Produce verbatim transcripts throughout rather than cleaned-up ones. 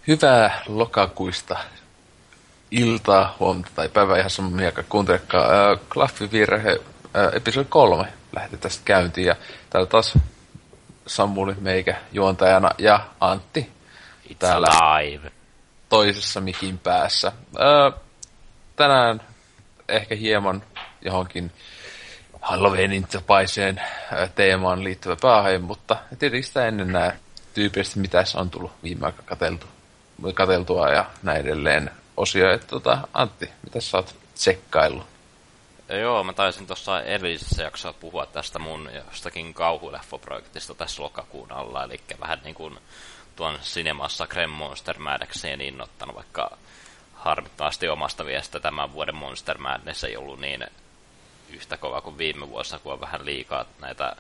Hyvää lokakuista iltaa, huomenta tai päivää ihan sama mikä kuuntelekaan. Äh, Klaffivirhe, äh, episodi kolme lähti tästä käyntiin ja täällä taas Samuli meikä juontajana ja Antti It's täällä alive. Toisessa mikin päässä. Äh, tänään ehkä hieman johonkin Halloweenin tapaiseen äh, teemaan liittyvä pääaihe, mutta tietenkin sitä ennen nämä tyypillisesti mitäs on tullut viime aika katseltu. Kateltua ja näin edelleen osia. Että, tota, Antti, mitä sä oot tsekkaillut? Joo, mä taisin tuossa edellisessä jaksossa puhua tästä mun jostakin kauhuleffoprojektista tässä lokakuun alla, eli vähän niin kuin tuon Cinemassa Creme Monster Madnessiin innoittanut, vaikka harmittavasti omasta viestä tämän vuoden Monster Madness ei ollut niin yhtä kova kuin viime vuosina, kun on vähän liikaa näitä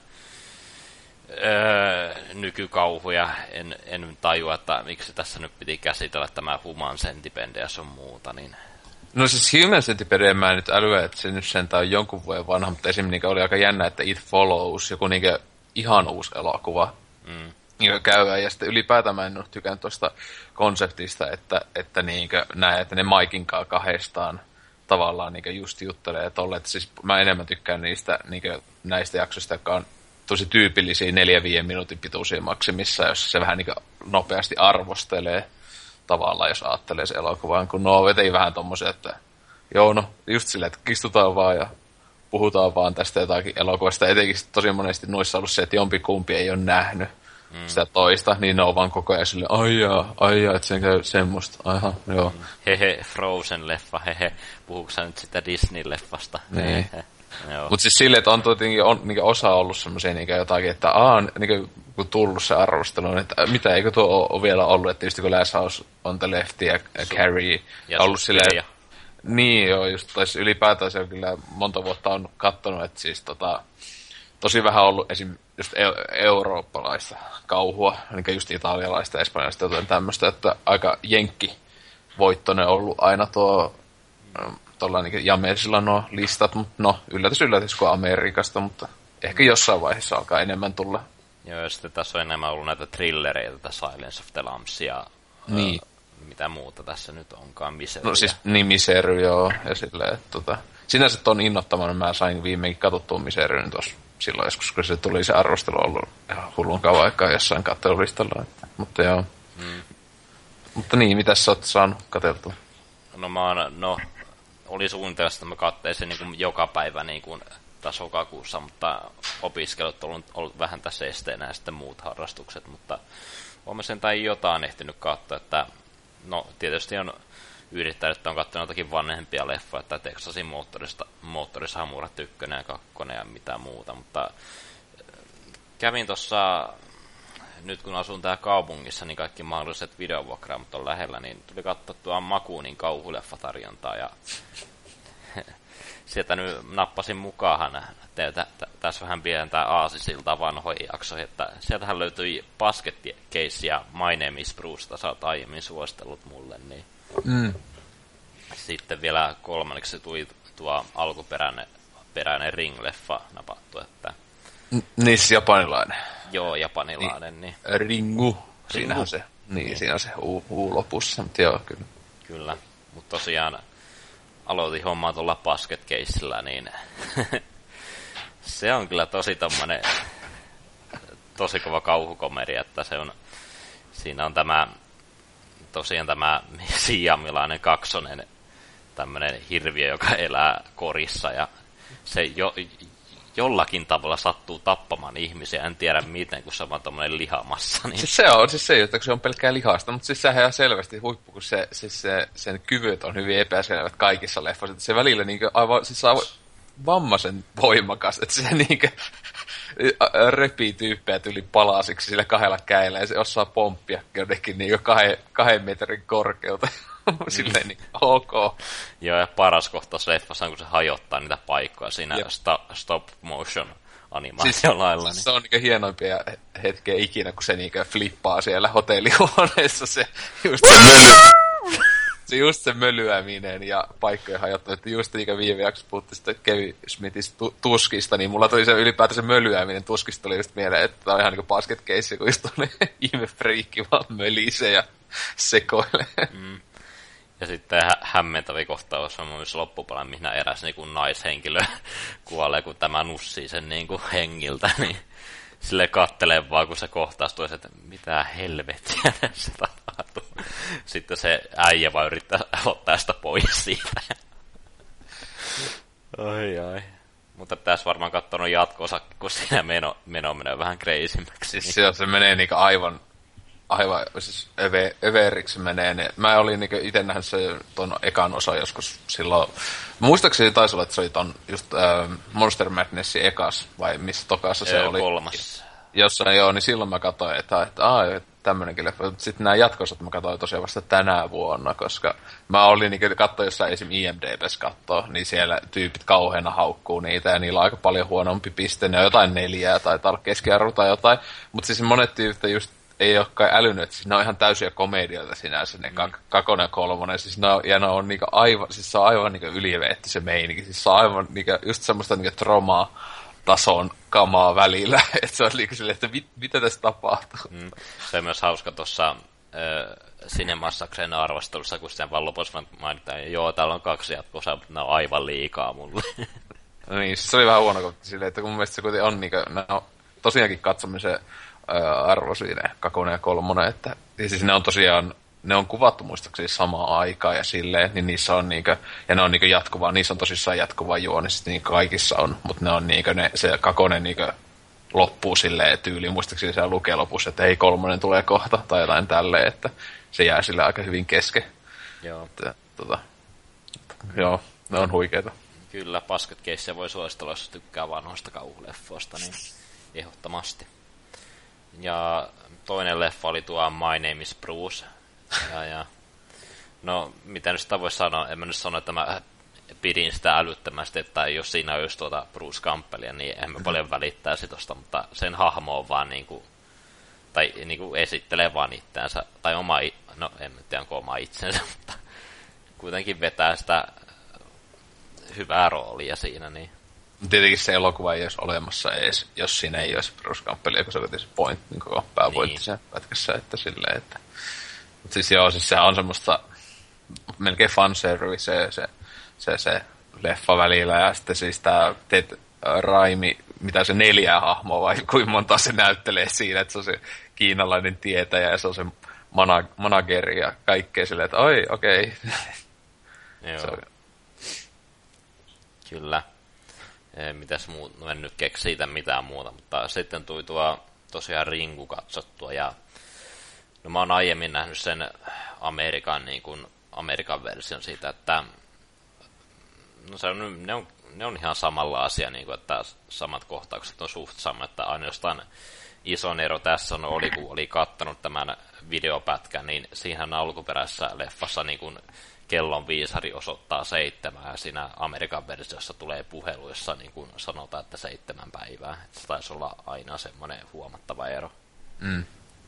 Öö, nykykauhuja. En, en tajua, että miksi tässä nyt piti käsitellä tämä Human Centipede ja sun muuta. Niin... No siis Human Centipede mä en nyt älyä, että se nyt sentään on jonkun vuoden vanha, mutta esimerkiksi oli aika jännä, että It Follows, joku niinkö ihan uusi elokuva, mm. käydään. Ja sitten ylipäätään mä en ole tykännyt tuosta konseptista, että, että, niinkö, näin, että ne Maikinkaan kahdestaan tavallaan niinkö just juttelee tolle. Että siis mä enemmän tykkään niistä niinkö, näistä jaksoista, jotka on tosi tyypillisiä neljä viiden minuutin pituisia maksimissa, jos se vähän niin nopeasti arvostelee tavallaan, jos ajattelee se elokuvaan, kun no vetei vähän tommosia, että joo no, just silleen, että istutaan vaan ja puhutaan vaan tästä jotakin elokuvasta, etenkin tosi monesti noissa on ollut se, että jompikumpi ei ole nähnyt mm. sitä toista, niin ne on vaan koko ajan silleen, aijaa, aijaa, että sen käy semmoista, aha, joo. Mm. Hehe, Frozen-leffa, hehe, puhuuko sä nyt sitä Disney-leffasta? Niin. Mutta siis silleen, että on tietenkin on, niin osa ollut semmoisia niin jotakin, että aah, niin kun tullut se arvostelu, että mitä, eikö tuo ole vielä ollut, että just kun Last House on the Left ja Su- Carrie, ja ollut silleen, ja. Niin joo, just taisi ylipäätään se on kyllä monta vuotta on kattonut, että siis tota, tosi vähän ollut esim. Just e- eurooppalaista kauhua, niin just italialaista ja espanjalaista jotain tämmöistä, että aika jenkki voittoinen ollut aina tuo tuolla niin Jamersilla nuo listat, mutta no, yllätys yllätys kuin Amerikasta, mutta ehkä jossain vaiheessa alkaa enemmän tulla. Joo, ja sitten tässä on enemmän ollut näitä thrillereitä, tätä Silence of the Lambs ja niin. ö, mitä muuta tässä nyt onkaan, Misery. No siis niin Misery, joo, ja silleen, että tota, sinänsä ton innoittamana mä sain viimeinkin katsottua Miseryn tuossa silloin joskus, kun se tuli se arvostelu ollut ihan hullun kauan aikaa jossain kattelulistalla, että, mutta joo. Hmm. Mutta niin, mitäs sä oot saanut katseltua? No mä oon, no... Oli suunnitelmassa, että mä katteisin niin kuin joka päivä niin kuin tässä lokakuussa, mutta opiskelut on ollut vähän tässä esteenä ja sitten muut harrastukset, mutta olen sentään jotain ehtinyt katsoa, että no tietysti on yrittänyt, että on katsonut jotakin vanhempia leffoja, että Texasin moottorista, moottorisamurat ykkönen ja kakkonen ja mitä muuta, mutta kävin tuossa, nyt kun asun täällä kaupungissa, niin kaikki mahdolliset videovuokraamot on lähellä, niin tuli katsottua Makuunin kauhuleffatarjontaa ja sieltä nyt nappasin mukaan teiltä tässä vähän pienentää aasisilta vanhoihin jaksoihin, että sieltähän löytyi Basket Case ja My Name is Bruce, sä oot aiemmin suostellut mulle, niin mm. sitten vielä kolmanneksi tuli tuo alkuperäinen peräinen Ring-leffa napattu, että niin siis japanilainen. Joo, japanilainen. Niin. Ringu. Siinä on se, niin, niin. Siinä on se U, U lopussa, mutta joo, kyllä. Kyllä, mutta tosiaan aloitin hommaa tuolla Basket Caseillä, niin se on kyllä tosi tommonen tosi kova kauhukomedia, että se on, siinä on tämä, tosiaan tämä siamilainen kaksonen, tämmönen hirviö, joka elää korissa ja se jo, jollakin tavalla sattuu tappamaan ihmisiä, en tiedä miten, kun se on vaan tommonen lihamassa. Niin... Siis se on siis se, että se on pelkkää lihasta, mutta siis sehän ihan selvästi huippu, kun se, siis se, sen kyvyt on hyvin epäselvät kaikissa leffoissa. Se välillä niinku aivan, siis aivan vammaisen voimakas, että se niinku repii tyyppejä yli palasiksi sillä kahdella käillä ja se osaa pomppia jotenkin niinku kahden, kahden metrin korkeutta. Silleen niin, ok. Joo, ja paras kohta leffassa on, kun se hajottaa niitä paikkoja siinä sta- stop motion animaatiolailla. Siis, niin. Se on niin hienoimpia hetkeä ikinä, kun se niin flippaa siellä hotellihuoneessa se just se, möly, se, just se mölyäminen ja paikkojen hajottaminen. Just niin viime jaksossa puhuttiin sitten Kevin Smithistä tu- tuskista, niin mulla tuli se ylipäätään se mölyäminen tuskista tuli just mieleen, että tää on ihan niin kuin Basket Case, kun just tuollainen ihme friikki vaan mölisee ja sekoilee. Mm. Ja sitten hä- hämmentävi kohtaus on myös loppupuolella, missä eräs niin kuin naishenkilö kuolee, kun tämä nussii sen niin kuin hengiltä, niin sille kattelee vaan, kun se kohtaus tulee, että mitä helvettiä tässä tapahtuu. Sitten se äijä vaan yrittää ottaa sitä pois siitä. Ai ai. Mutta tässä varmaan katsonut jatko-osa, kun siinä meno, meno menee vähän crazymäksi. Siis se, se menee niinku aivan, aivan siis öve, överiksi menee. Ne. Mä olin niinku ite nähnyt se ton ekan osa joskus silloin. Muistaakseni taisi olla, että se oli ton just äh, Monster Madnessin ekas, vai missä tokassa se Öö, oli. Kolmas. Jossain joo, niin silloin mä katsoin, että, että aah, tämmönenkin leffa. Sitten nämä jatkosat mä katsoin tosiaan vasta tänä vuonna, koska mä olin niin katsoin jossain esim. I M D B:ssä kattoo, niin siellä tyypit kauheena haukkuu niitä, ja niillä on aika paljon huonompi piste, ne on jotain neljää tai keskiarvo tai jotain. Mutta siis monet tyypit just ei ole kai älynyt, että siis ne on ihan täysiä komedioita sinänsä, ne mm. kakonen ja kolmonen, siis ne on, ja ne on niinku aivan, siis se on aivan niinku yliveetty se meininki, siis se on aivan niinku, just semmoista niinku tromaa tason kamaa välillä, että se on liikaa silleen, että mit, mitä tässä tapahtuu. Mm. Se on myös hauska tuossa äh, Cinemassacren arvostelussa, kun sitten vaan lopussa mainitaan, että joo, täällä on kaksi jatkoa, mutta ne on aivan liikaa mulle. No niin, se oli vähän huono kohta silleen, että kun mun mielestä se kuitenkin on, niin kuin, ne on tosiaankin katsomisen äh, arvo siinä, kakonen ja kolmonen, että siis ne on tosiaan, ne on kuvattu muistaakseni samaan aikaan ja silleen, niin niissä on niinkö, ja ne on niinkö jatkuvaa, niissä on tosissaan jatkuvaa juoni, niin niin kaikissa on, mutta ne on niinkö, ne, se kakonen niinkö loppuu silleen tyyliin, muistaakseni siellä lukee lopussa, että ei kolmonen tulee kohta, tai jotain tälleen, että se jää sille aika hyvin kesken. Joo. Että, tota, joo, ne on huikeita. Kyllä, Basket Casea voi suositella, jos tykkää vanhoista kauhuleffoista, niin ehdottomasti. Ja toinen leffa oli tuo My Name is Bruce. Ja, ja. No, mitä nyt sitä voi sanoa? En mä nyt sano, että mä pidin sitä älyttömästi, että jos siinä olisi tuota Bruce Campbellia, niin en mä paljon välittäisi tosta, mutta sen hahmo on vaan niinku, tai niinku esittelee vaan itseänsä, tai oma, no en tiedä onko oma itsensä, mutta kuitenkin vetää sitä hyvää roolia siinä, niin. Tietenkin se elokuva ei olisi olemassa edes, jos siinä ei olisi Bruce Campbellia, kun se oli se point, niin koko pääpointti niin. Sen pätkässä, että silleen, että mutta siis joo, siis sehän on semmoista melkein fanservice se, se, se, se leffa välillä, ja sitten siis tää Ted Raimi, mitä se neljää hahmoa, vai kuinka monta se näyttelee siinä, että se on se kiinalainen tietäjä, ja se on se mana- manageri ja kaikkea silleen, että oi, okei. Okay. Joo. Kyllä. E, mitäs muut, no en nyt keksi siitä mitään muuta, mutta sitten tuli tuo tosiaan Ringu katsottua, ja no mä oon aiemmin nähnyt sen Amerikan, niin kuin, Amerikan version siitä, että no se on, ne, on, ne on ihan samalla asia, niin kuin, että samat kohtaukset on suht sama, että ainoastaan ison ero tässä on, oli, kun oli kattanut tämän videopätkän, niin siihen alkuperäisessä leffassa niin kuin kellon viisari osoittaa seitsemää, ja siinä Amerikan versiossa tulee puhelu, jossa niin kuin sanotaan, että seitsemän päivää. Että se taisi olla aina semmoinen huomattava ero. Mm.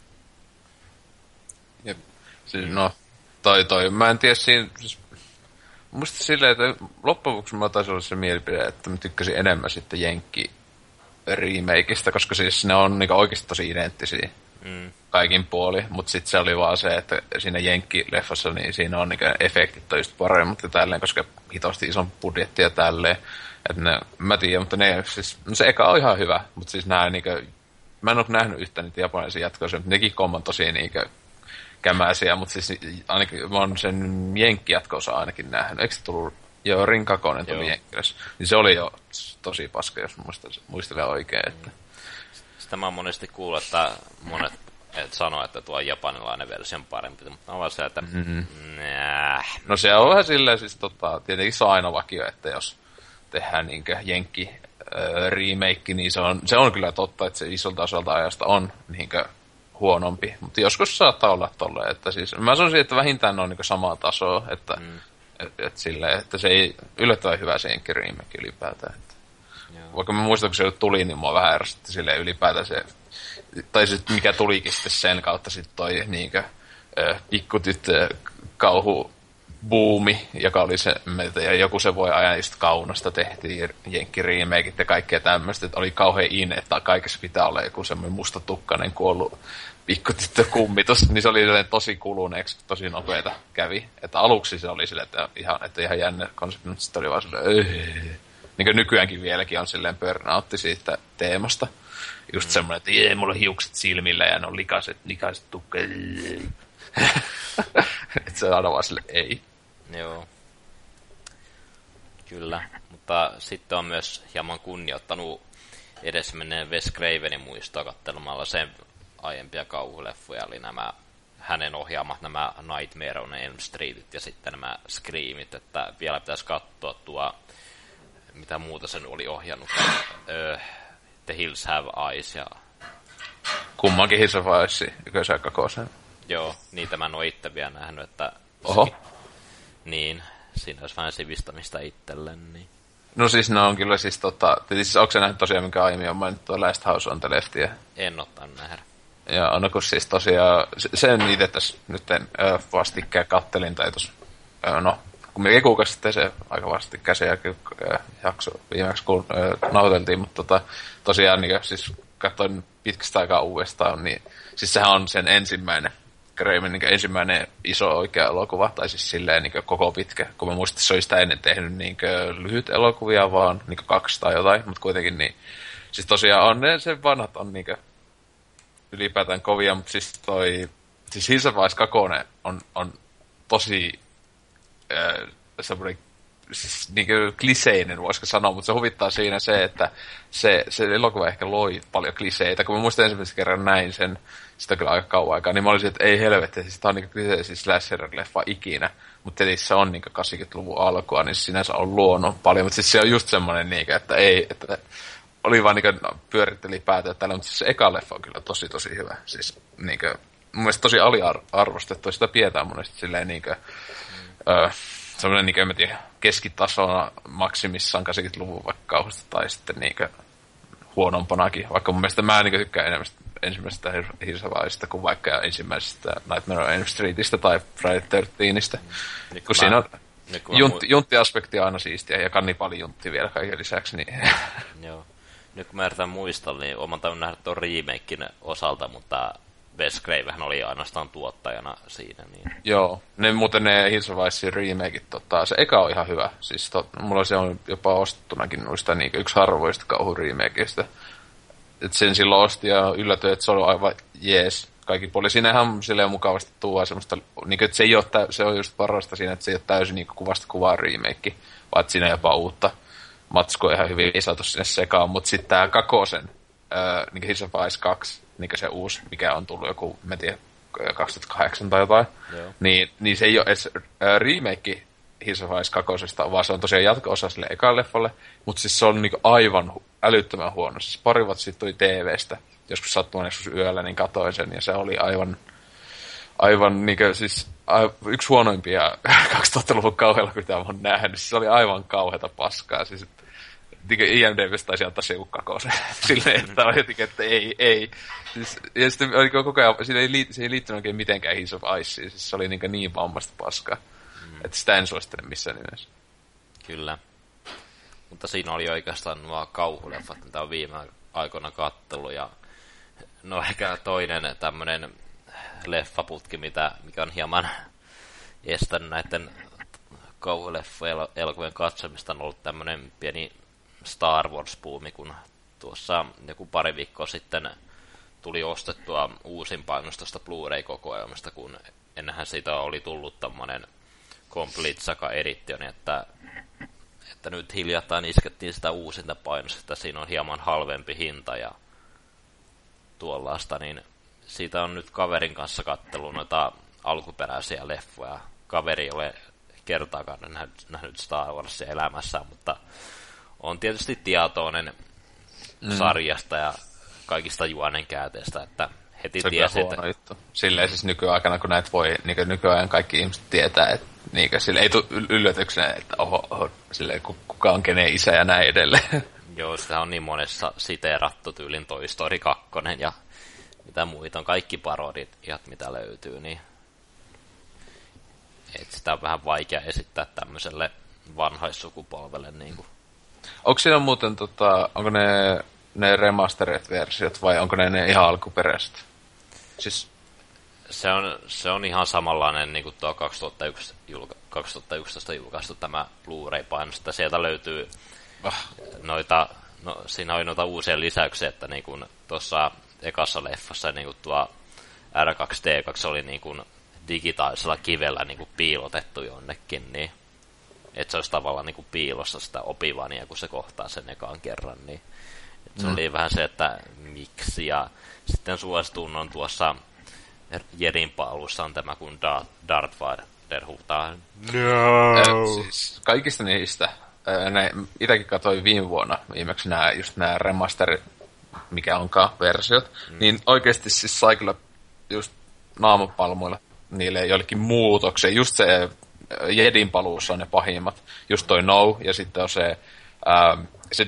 Jep. Siis no, toi toi, mä en tiedä siinä, siis, musta silleen, että loppujen lopuksi mä taisi olla se mielipide, että mä tykkäsin enemmän sitten Jenkki remakeista, koska siis ne on niinku oikeasti tosi identtisiä mm. kaikin puoli, mutta sitten se oli vaan se, että siinä Jenkki-leffassa niin siinä on niinku efektit on just paremmat ja tälleen, koska hitosti ison budjetti ja tälleen, että ne, mä tiedän, mutta ne siis, no se eka on ihan hyvä, mutta siis nää niinku, mä en ole nähnyt yhtään niitä japanilaisia jatkoisia, mutta nekin on tosi niinku kämäisiä, mutta siis ainakin mä oon sen Jenkki-jatkoosa ainakin nähnyt. Eikö se tullut? Joo, Rinkakonen tuli Jenkkilässä. Niin se oli jo tosi paska, jos muistelen oikein. Että. Sitä mä oon monesti kuullut, että monet et sanoo, että tuo japanilainen versio on parempi, mutta on vaan se, että mm-hmm. Nää. No se on vähän silleen, siis tota, tietenkin se on aina vakio, että jos tehdään niinkö Jenkki äh, remake, niin se on, se on kyllä totta, että se isolta osalta ajasta on niinkö huonompi, mutta joskus saattaa olla tolleen, että siis mä sanoisin, että vähintään on niinku samaa tasoa, että mm. et, et silleen, että se ei yllättävän hyvä se Jenkki remake ylipäätään. Että. Vaikka mä muistan, kun se tuli, niin mua vähän ärsytti silleen ylipäätään se, tai sit mikä tulikin sitten sen kautta sit toi niinkö pikkutyttö kauhu buumi, joka oli se, ja joku se voi ajan just Kaunasta tehtiin Jenkki remakeit ja kaikkea tämmöistä, että oli kauhean in, että kaikessa pitää olla joku semmoinen mustatukkainen kuollut pikkutyttö kummitus, niin se oli tosi kuluneeksi, tosi nopeeta kävi. Että aluksi se oli silleen, että ihan, että ihan jännä konsepti, mutta sitten oli vaan silleen, öö. Niin kuin nykyäänkin vieläkin on silleen burnoutti siitä teemasta. Just mm. semmoinen, että jee, mulla on hiukset silmillä ja ne on likaiset, likaiset tukkeet. Että se on aina vaan silleen, ei. Joo. Kyllä, mutta sitten on myös hieman kunnioittanut edesmenneen Wes Cravenin muistoa katselemalla sen aiempia kauhuleffoja, eli nämä hänen ohjaamat nämä Nightmare on Elm Streetit ja sitten nämä Screamit, että vielä pitäisi katsoa tuo, mitä muuta sen oli ohjannut, uh, The Hills Have Eyes ja... Kummankin Hills Have Eyes, ykkösen ja kakosen. Joo, niitä mä en ole itse vielä nähnyt, että... Oho. Niin, siinä olisi vähän sivistämistä itselleen, niin... No siis ne on kyllä siis tota... Siis onko se nähnyt tosiaan, mikä aiemmin on mainittu Last House on the Leftiä? En ottanut nähdä. Ja on kun siis tosiaan... Sen itse tässä nyt ö, vastikkään kattelin, tai tos... Ö, no, kun melkein kuukausi sitten se aika vastikään se jakso viimeksi kun ö, nauteltiin, mutta tota, tosiaan niin siis katsoin pitkästä aikaa uudestaan, niin siis sehän on sen ensimmäinen Craven niin ensimmäinen iso oikea elokuva, tai siis silleen niin koko pitkä, kun mä muistin, että se oli sitä ennen tehnyt niin lyhyt elokuvia vaan, niin kaksi tai jotain, mutta kuitenkin niin, siis tosiaan on ne, se vanhat on niin ylipäätään kovia, mutta siis toi, siis Hills Have Eyes kaksi on, on tosi äh, semmoinen, siis niin kliseinen voisiko sanoa, mutta se huvittaa siinä se, että se, se elokuva ehkä loi paljon kliseitä, kun mä muistan ensimmäisen kerran näin sen, sitä kyllä aika kauan aikaa, niin mä olisin, että ei helvetti, siis tää on niinku kliseisin slasher-leffa ikinä, mutta tietysti se on niinku kahdeksankymmentäluvun alkua, niin sinänsä on luonut paljon, mutta siis se on just semmoinen, niinku, että ei, että oli vaan niinku, no, pyöritteli päätä tällä, mutta siis se eka leffa on kyllä tosi tosi hyvä, siis niinku, mun mielestä tosi aliarvostettu, sitä pidetään monesti silleen niinku, mm. ö, semmoinen, niinku, en mä tiedä, keskitasona maksimissaan kahdeksankymmentäluvun vaikka kauhusta, tai sitten niinku huonompanakin, vaikka mun mielestä mä niinku tykkään enemmän ensimmäisestä Hills Have Eyesista kuin vaikka ensimmäisestä Nightmare on Elm Streetistä tai Friday the thirteenthistä. Mm. Kun siinä on juntti, junttiaspekti aina siistiä ja kannibaalijuntti vielä kaiken lisäksi. Niin. Joo. Nyt kun mä yritän muistella, niin oon tainnut nähdä tuon remakein osalta, mutta Wes Craven oli ainoastaan tuottajana siinä. Niin. Joo, ne muuten ne Hills Have Eyesin remakeit, tota, se eka on ihan hyvä. Siis to, mulla se on jopa ostettunakin noista niin yksi harvoista kauhuremakeista. Että sen silloin osti ja yllätyi, että se oli aivan jees kaikki puoli. Siinähän silleen mukavasti tuo semmoista, niin kuin, että se, ei ole tä, se on just parasta siinä, että se ei ole täysin niin kuvasta kuvaa remake, vaan että siinä jopa uutta matskua ihan hyvin saatu sinne sekaan. Mutta sitten tämä kakosen, äh, niin kuin Hills Have Eyes kaksi, niin kuin se uusi, mikä on tullut joku, mä tiedän, kaksituhattakahdeksan tai jotain, niin, niin se ei ole edes äh, remake Hills Have Eyes kakosesta, vaan se on tosiaan jatko-osa sille ekalle leffalle, mutta siis se on niin aivan älyttömän huono. Siis pari vuotta sitten tuli T V:stä, joskus sattumaan joskus yöllä, niin katsoin sen, ja se oli aivan, aivan niin kuin, siis aivan, yksi huonoimpia kaksituhattaluvun kauhealla, kun tämä on nähnyt. Se oli aivan kauheata paskaa. Siis, niin kuin I M D B:stä taisi antaa se joku kakosen. Silleen, että oli jotenkin, että ei, ei. Siis, ja sitten oli koko ajan, siinä ei, liity, se ei liittynyt oikein mitenkään Hills of Iceen. Siis se oli niin, niin vammasta paskaa. Mm. Että sitä en suosittele missään nimessä. Kyllä. Mutta siinä oli oikeastaan nuo kauhuleffat, mitä on viime aikoina kattellut. Ja no ehkä toinen tämmönen leffaputki, mitä, mikä on hieman estänyt näiden kauhuleffa-elokuvien katsomista, on ollut tämmönen pieni Star Wars-puumi, kun tuossa joku pari viikkoa sitten tuli ostettua uusin painostosta Blu-ray-kokoelmasta, kun ennenhän siitä oli tullut tommonen Complete Saga Edition, että, että nyt hiljattain iskettiin sitä uusinta painosta, että siinä on hieman halvempi hinta ja tuollaista, niin siitä on nyt kaverin kanssa katsellut noita alkuperäisiä leffoja. Kaveri ei ole kertaakaan nähnyt Star Warsia elämässään, mutta on tietysti tietoinen mm. sarjasta ja kaikista juonen käänteistä, että heti se tiesi, että... juttu. Silleen siis nykyaikana, kun näitä voi, niin nykyajan kaikki ihmiset tietää, että niin sille ei tule yllätyksenä, että oho, oho silleen, kuka on kenen isä ja näin edelleen. Joo, sitä on niin monessa siteerattu tyylin Toy Story kaksi ja mitä muita on, kaikki parodiat, mitä löytyy, niin et sitä on vähän vaikea esittää tämmöiselle vanhaissukupolvelle. Niin kuin. Onko siinä muuten, tota, onko ne, ne remasterit versiot vai onko ne ne ihan alkuperäiset? Siis se on, se on ihan samanlainen niin kuin tuo kaksituhattayksi julka, kaksituhattayksitoista julkaistu tämä Blu-ray-painos, että sieltä löytyy oh. noita, no siinä oli noita uusia lisäyksiä, että niin kuin tuossa ekassa leffassa niin kuin tuo R kaksi D kaksi oli niin kuin digitaalisella kivellä niin kuin piilotettu jonnekin, niin että se olisi tavallaan niin kuin piilossa sitä opivania, kun se kohtaa sen ekaan kerran, niin se mm. oli vähän se, että miksi, ja sitten suosituun on tuossa Jedin paalussa on tämä, kun Darth Vader huutaa no. Äh, siis kaikista niistä, äh, itäkin katsoin viime vuonna viimeksi nämä, just nämä remasterit, mikä onkaan versiot, mm. niin oikeasti siis sai kyllä just naamapalmuilla niille jollekin muutoksen. Just se Jedin paluussa on ne pahimmat. Just toi No, ja sitten on se, ää, se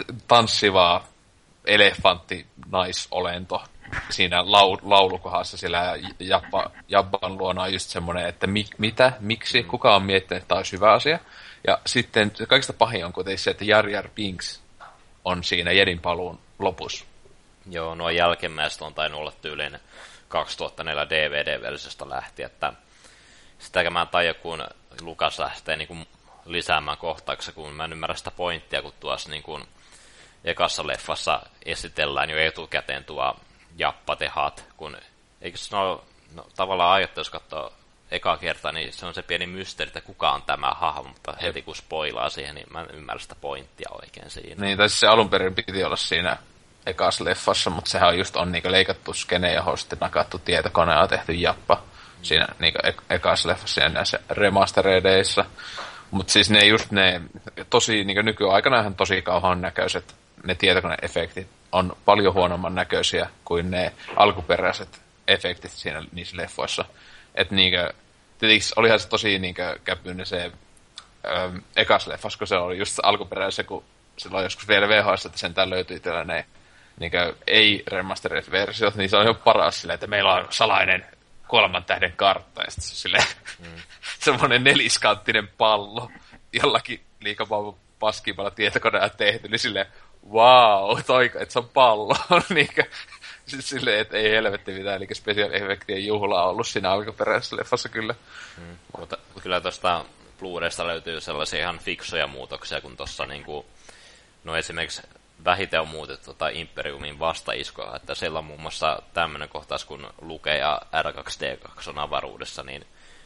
tanssiva elefantti naisolento siinä lau, laulukohdassa siellä Jabba, Jabban luona on just semmoinen, että mi, mitä, miksi, kuka on miettinyt, että tämä olisi hyvä asia. Ja sitten kaikista pahin on kuitenkin se, että Jar Jar Binks on siinä Jedin paluun lopussa. Joo, nuo jälkimmäiset on tainnut olla tyyliin kaksituhattaneljä D V D-versiosta lähtien, että sitäkään mä en taida, kun Lukas lähtee niin kuin lisäämään kohtauksessa, kun mä en ymmärrä sitä pointtia, kun tuossa niin kuin ekassa leffassa esitellään jo etukäteen tuo jappatehat, kun eikö se ole no, tavallaan ajattelu, jos katsoo ekaa kertaa, niin se on se pieni mysteeri, että kuka on tämä hahmo, mutta heti kun spoilaa siihen, niin mä en ymmärrä sitä pointtia oikein siinä. Niin, tai se alun perin piti olla siinä ekassa leffassa, mutta sehän just on niinku leikattu skene, johon sitten nakattu tietokoneella tehty jappa mm. siinä niinku ekassa leffassa ja näissä remastereideissa. Mutta siis ne just ne, tosi niinku nykyaikana ihan tosi kauhan näköiset, ne tietokoneefektit on paljon huonomman näköisiä kuin ne alkuperäiset efektit siinä niissä leffoissa. Että niinkö, tietysti olihan se tosi niinkö käpyinen se ähm, ekas leffas, kun se oli just se alkuperäisen, kun silloin joskus vielä V H S, että sentään löytyi tällainen niinkö ei-remastered versiot, niin se on jo paras silleen, että meillä on salainen kolman tähden kartta, ja sitten se on silleen mm. semmoinen neliskanttinen pallo, jollakin liikapalvon paskimmalla tietokoneella tehty, niin silleen, wow, toi, että se on pallo, niinkö, siis silleen, että ei helvetti mitään, eli special effectien juhlaa ollut siinä alkuperäisessä leffassa kyllä. Mm. Mutta kyllä tuosta Blu-raysta löytyy sellaisia ihan fiksuja muutoksia, kun tuossa niinku, no esimerkiksi vähiten on muutettu tota Imperiumin vastaiskoa, että siellä on muun muassa tämmöinen kohtaus, kun Luke ja R kaksi D kaksi on avaruudessa, niin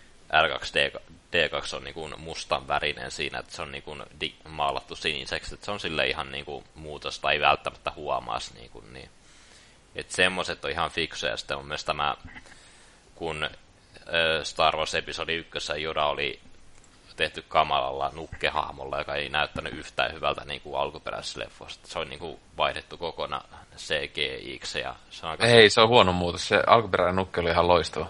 R kaksi D kaksi on niinku mustan värinen siinä, että se on niinku di- maalattu siniseksi, että se on sille ihan niinku muutosta, ei välttämättä huomaas niinku, niin. Että semmoiset on ihan fiksuja, ja sitten on myös tämä, kun Star Wars episodi ykkössä Yoda oli tehty kamalalla nukkehahmolla, joka ei näyttänyt yhtään hyvältä niin kuin alkuperäisessä leffossa. Se on niin kuin vaihdettu kokonaan C G I-ksi. Ja se on ei, se on huono muutos. Se alkuperäinen nukke oli ihan loistava.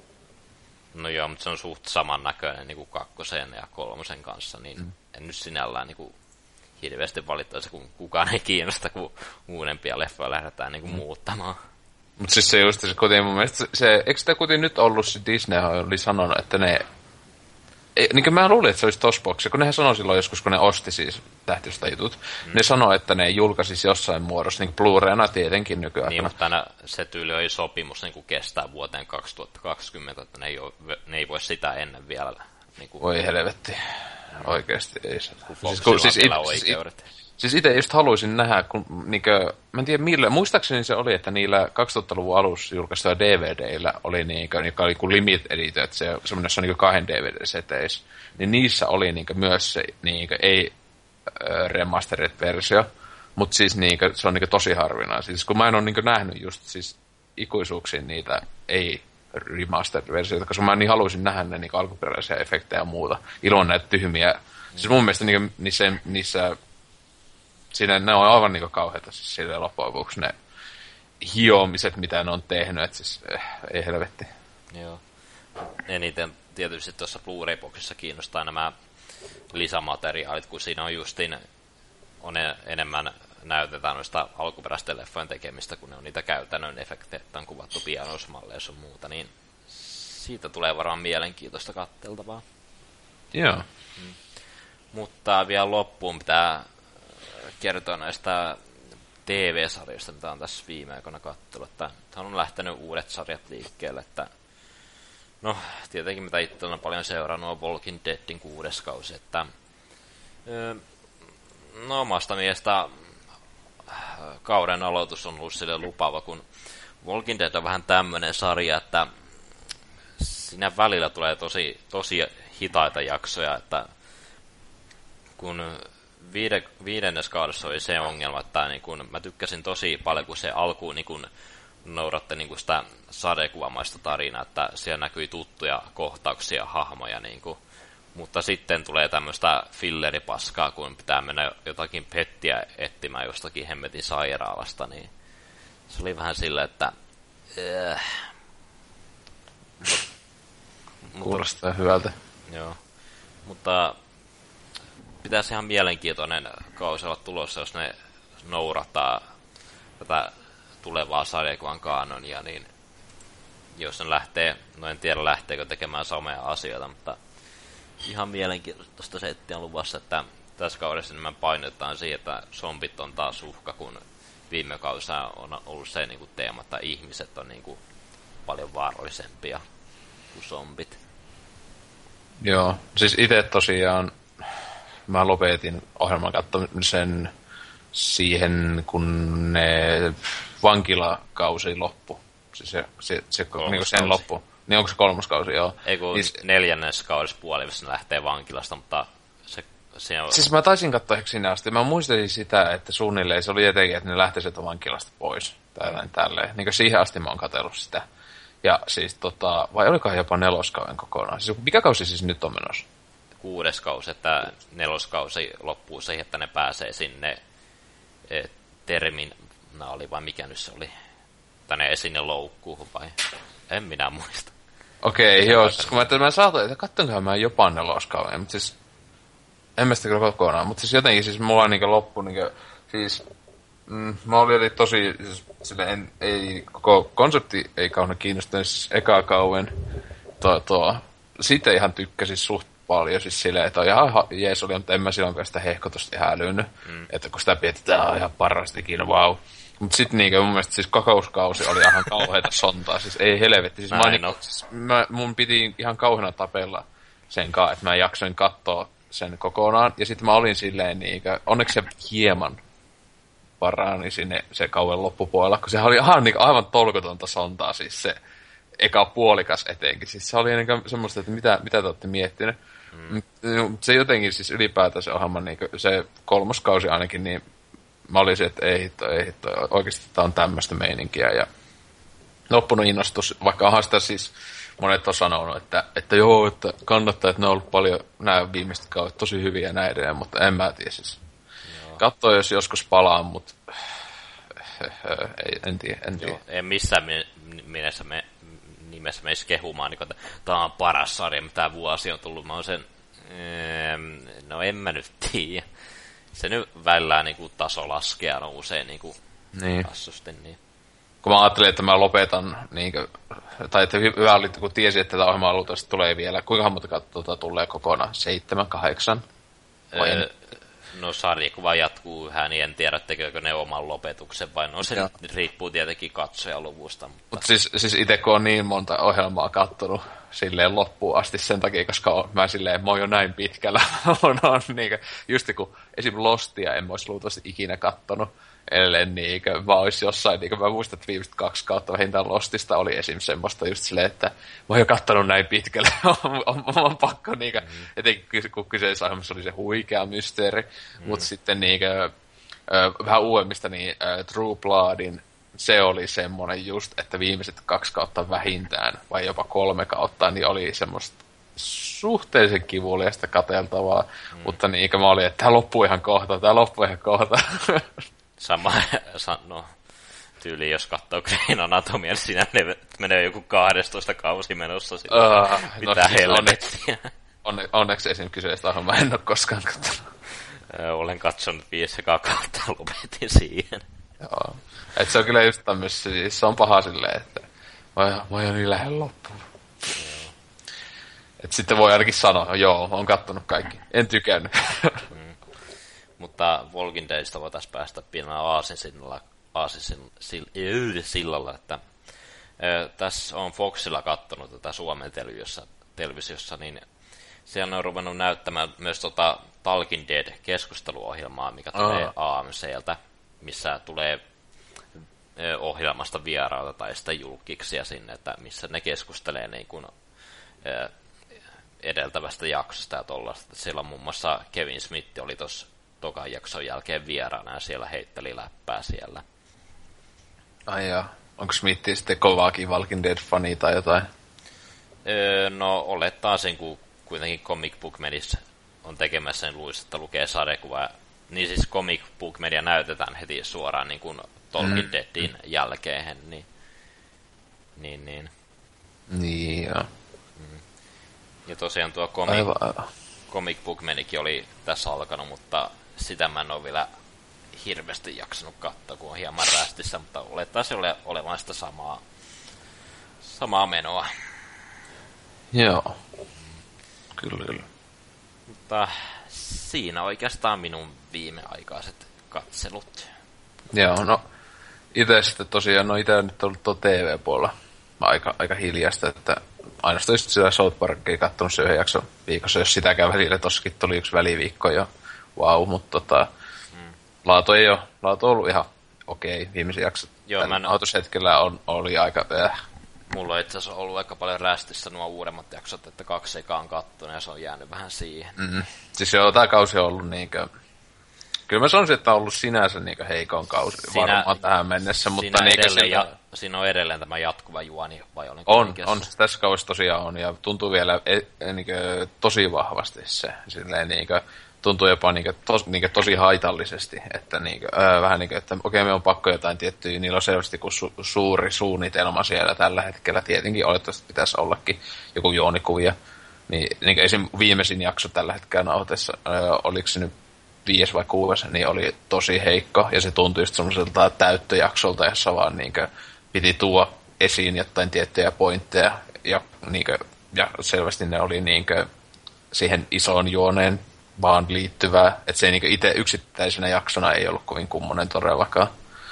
No joo, mutta se on suht samannäköinen niin kuin kakkosen ja kolmosen kanssa, niin mm. en nyt sinällään niin kuin hirveästi valittaisi, kun kukaan ei kiinnosta, kun uudempia leffoja lähdetään niin kuin mm. muuttamaan. Mutta siis se just se kuitenkin mun mielestä, se, eikö sitä kuitenkin nyt ollut, se Disney oli sanonut, että ne niin kuin mä luulin, että se olisi TOS-boksi, kun nehän sanoi silloin joskus, kun ne osti siis tähtiöstä jutut, mm. ne sanoi, että ne julkaisisi jossain muodossa, niin Blu-rayna tietenkin nykyään. Niin, mutta aina se tyyli oli sopimus niin kuin kestää vuoteen kaksituhattakaksikymmentä, että ne ei, ole, ne ei voi sitä ennen vielä. Niin kuin, voi helvetti, oikeasti ei se. Siis, kun, siis, it, oikeudet. Siis itse just haluaisin nähdä, kun niinkö, mä en tiedä millä, muistaakseni se oli, että niillä kaksituhattaluvun alussa julkaistuilla D V D:illä oli niinkö, joka oli kuin limit editor, että se semmoinen on niinkö kahden D V D-seteissä, niin niissä oli niinkö myös se niinkö ei äh, remastered versio, mutta siis niinkö, se on niinkö tosi harvinainen. Siis kun mä en ole niinkö nähnyt just siis ikuisuuksiin niitä ei remastered versioita, koska mä niin haluaisin nähdä ne niinkö alkuperäisiä efektejä ja muuta, ilman näitä tyhmiä. Mm. Siis mun mielestä niinkö niissä, niissä siinä ne on aivan niinku kauheita siis silleen loppujen lopuksi ne hiomiset, mitä ne on tehnyt, että siis eh, ei helvetti. Joo. Eniten tietysti tuossa Blu-ray-boxissa kiinnostaa nämä lisämateriaalit, kun siinä on justiin on enemmän näytetään noista alkuperäisten leffojen tekemistä, kun ne on niitä käytännön efektejä, että on kuvattu pianoismalleissa ja muuta, niin siitä tulee varmaan mielenkiintoista katteltavaa. Joo. Mm. Mutta vielä loppuun pitää kertoa näistä T V-sarjoista, mitä on tässä viime aikoina katsellut. Että on lähtenyt uudet sarjat liikkeelle. Että no, tietenkin mitä itse on paljon seurannut on Walking Deadin kuudes kausi. Että, no omasta mielestä kauden aloitus on ollut sille lupaava, kun Walking Dead on vähän tämmöinen sarja, että siinä välillä tulee tosi, tosi hitaita jaksoja, että kun viide, viidennes kaudessa oli se ongelma, että niin kun, mä tykkäsin tosi paljon, kun se alkuun niin kun noudatte niin kun sitä sadekuvamaista tarinaa, että siellä näkyi tuttuja kohtauksia, hahmoja, niin kun, mutta sitten tulee tämmöistä filleripaskaa, kun pitää mennä jotakin pettiä etsimään jostakin hemmetin sairaalasta, niin se oli vähän sillä, että äh, kuulostaa hyvältä. Joo, mutta pitäisi ihan mielenkiintoinen kausi olla tulossa, jos ne noudattaa tätä tulevaa sarjakuvan kaanonia, niin jos ne lähtee, no en tiedä lähteekö tekemään samoja asioita, mutta ihan mielenkiintoista settiä on luvassa, että tässä kaudessa enemmän painetaan siihen, että zombit on taas uhka, kun viime kaudessa on ollut se niin kuin teema, että ihmiset on niin kuin paljon vaarallisempia kuin zombit. Joo, siis itse tosiaan mä lopetin ohjelman katsomisen siihen, kun ne vankilakausi loppu. Siis se, se, se niin sen loppu. Niin onko se kolmas kausi, joo. Ei kun niin, neljännes kaudessa puolivälissä ne lähtee vankilasta, mutta se, se on... Siis mä taisin katsoa ehkä sinne asti. Mä muistelin sitä, että suunnilleen se oli jotenkin, että ne lähtisivät vankilasta pois. Tai mm. tälleen. Niin kuin siihen asti mä oon katsellut sitä. Ja siis tota, vai olikohan jopa neloskauden kokonaan? Siis mikä kausi siis nyt on menossa? Kuudes kausi, että neloskausi loppuu siihen, että ne pääsee sinne e, terminaali, vai mikä nyt se oli? Tänne sinne loukkuun, vai? En minä muista. Okei, okay, joo, siis kun mä ajattelin, mä saatoin, että kattonkohan mä jopa neloskauden, mutta siis en mä sitä kyllä kokonaan, mutta siis jotenkin siis mulla on niinku loppu niinku, siis mm, mä olin tosi, siis sille en, ei, koko konsepti ei kauhean kiinnostunut siis ekaa kauden, tuo, tuo, siitä ihan tykkäsin suht paljon, siis silleen, että on ihan jees oli, mutta en mä silloinkaan sitä hehkotusta ihan älynyt, mm. että kun sitä pietetään ihan parrastikin, vau. Wow. Mut sit niinkö mun mielestä siis kakauskausi oli ihan kauheita sontaa, siis ei helvetti. Siis mä, niinku, siis mä, mun piti ihan kauheena tapella sen kanssa, että mä jaksoin katsoa sen kokonaan. Ja sit mä olin silleen niinkö, onneksi se hieman parani sinne se kauden loppupuolella, kun se oli ihan niinku aivan tolkotonta sontaa siis se eka puolikas etenkin. Siis se oli niinkö semmoista, että mitä, mitä te ootte miettinyt. Mm. Se jotenkin siis ylipäätään se ohjelma, niinkö, se kolmas kausi ainakin, niin mä olisin, että ei hitto, ei hitto, oikeasti tää on tämmöistä meininkiä, ja loppunut innostus, vaikka onhan sitä siis monet on sanonut, että, että joo, että kannattaa, että ne on ollut paljon nämä viimeiset kaudet tosi hyviä ja näin edelleen, mutta en mä tiedä siis. Katsoo, jos joskus palaa, mutta ei, en tiedä, en tiedä. Joo, en missään mielessä me, nimessä meisi kehumaan, niin, että tää on paras sarja, mitä vuosi on tullut. Mä oon sen, no en mä nyt tiedä. Se nyt välillä niinku taso laskee nousee niinku niin. Hassusti, niin. Kun mä ajattelin, että mä lopetan, niinku, tai että hyvä oli, kun tiesin, että tämä ohjelma luultavasti tulee vielä. Kuinka monta katsoa tulee kokonaan? Seitsemän, kahdeksan? Öö, no sarjakuva jatkuu yhä, niin en tiedä, tekeekö ne oman lopetuksen, vai no se ja. Riippuu tietenkin katsojaluvusta. Mutta Mut siis, siis itse kun on niin monta ohjelmaa kattonut silleen loppuun asti sen takia, koska on, mä silleen, mä oon jo näin pitkällä. on, on niinkö, just kun esim. Lostia en mä ois luultavasti ikinä kattonut, ellei niinkö, mä ois jossain, niinkö mä muistan, että viimeiset kaksi kautta vähintään Lostista oli esim. Semmoista just silleen, että mä oon jo kattonut näin pitkälle, on, on, on pakko niinkö, mm. etenkin kun kyseessä ohjelmassa oli se huikea mysteeri, mm. mutta sitten niinkö, vähän uudemmista, niin äh, True Bloodin se oli semmoinen just, että viimeiset kaksi kautta vähintään, vai jopa kolme kautta, niin oli semmoista suhteellisen kivuliasta katseltavaa, mm. mutta niinkö mä olin, että tää loppuu ihan kohta, tää loppuu ihan kohta. Sama, no, tyyli jos katsoo Grey's Anatomia, niin siinä menee joku kahdestatoista kausi menossa sille, uh, mitä no, helvettiä. Onne, onneksi esim. Kyseistä ohjelmaa en ole koskaan katsonut. Olen katsonut viisi kautta ja lopetin siihen. Joo. Et se on kyllä just tämmössä, siis se on paha silleen, että vai, vai on niin lähellä loppuun. Et sitten voi ainakin sanoa, joo, on kattonut kaikki. En tykännyt. Mm. Mutta mutta Walking Deadistä voitaisiin päästä pienellä aasinsillalla, aasinsillalla, että ö, tässä on Foxilla kattonut tätä Suomen televisiossa, televisiossa, niin siellä on ruvennut näyttämään myös tota Talking Dead-keskusteluohjelmaa, mikä tulee oh. A M C:ltä, missä tulee ö, ohjelmasta vierailta tai sitten julkiksia sinne, että missä ne keskustelee niin kuin, ö, edeltävästä jaksosta ja tollaista. Siellä on muun muassa Kevin Smith oli tuossa tokan jakson jälkeen vieraana ja siellä heitteli läppää siellä. Ai jaa. Onko Smith sitten kovaakin Walking Dead-fani tai jotain? Öö, no olettaisin, kun kuitenkin Comic Book Medissä on tekemässä, niin luisi, että lukee sadekuvaa. Niin siis Comic Book Media näytetään heti suoraan niin kuin Talking mm. Deadin jälkeen. Niin, niin, niin. Niin, joo. Ja tosiaan tuo Comic, aivan, aivan. Comic Book Medikin oli tässä alkanut, mutta sitä mä en ole vielä hirveästi jaksanut katsoa, kun on hieman rästissä, mutta olettaisiin ole, olevan sitä samaa, samaa menoa. Joo, kyllä, kyllä. Mutta siinä oikeastaan minun viimeaikaiset katselut. Joo, no itse sitten tosiaan, no itse on nyt ollut tuo T V-puolella aika, aika hiljasta, että ainoastaan just sitä South Parkia kattonut se yhden jakson viikossa, jos sitäkään välillä, tossakin tuli yksi väliviikko jo, wow, mutta tota, mm. laatu ei ole, laatu on ollut ihan okei, okay. Viimeisen jaksot autoshetkellä on, oli aika äh. Mulla on itse asiassa ollut aika paljon rästissä nuo uudemmat jaksot, että kaksi ekaan kattonut ja se on jäänyt vähän siihen. Mm. Siis joo, tää kausi on ollut niinkö, kyllä mä sanoisin, että on ollut sinänsä niinkö heikon kausi Sinä, varmaan tähän mennessä, mutta niinkö sen... ja, siinä on edelleen tämä jatkuva juoni, vai olenko on, on, tässä kaudessa tosiaan on, ja tuntuu vielä e, e, niinkö, tosi vahvasti se, silleen niinkö, tuntuu jopa niinkö, tos, niinkö, tosi haitallisesti, että niinkö, öö, vähän niinkö, että okei, me on pakko jotain tiettyä, niillä on selvästi kun su, suuri suunnitelma siellä tällä hetkellä, tietenkin olettavasti pitäisi ollakin joku juonikuvia, niin niinkö esim. Viimeisin jakso tällä hetkellä nauhoitessa, öö, oliko se nyt viisi vai kuusi, niin oli tosi heikko, ja se tuntui just semmoiselta täyttöjaksolta, jossa vaan niinkö piti tuoda esiin jotain tiettyjä pointteja, ja, niinkö, ja selvästi ne oli niinkö siihen isoon juoneen vaan liittyvää, että se ei niinkö itse yksittäisenä jaksona ei ollut kovin kummonen todellakaan.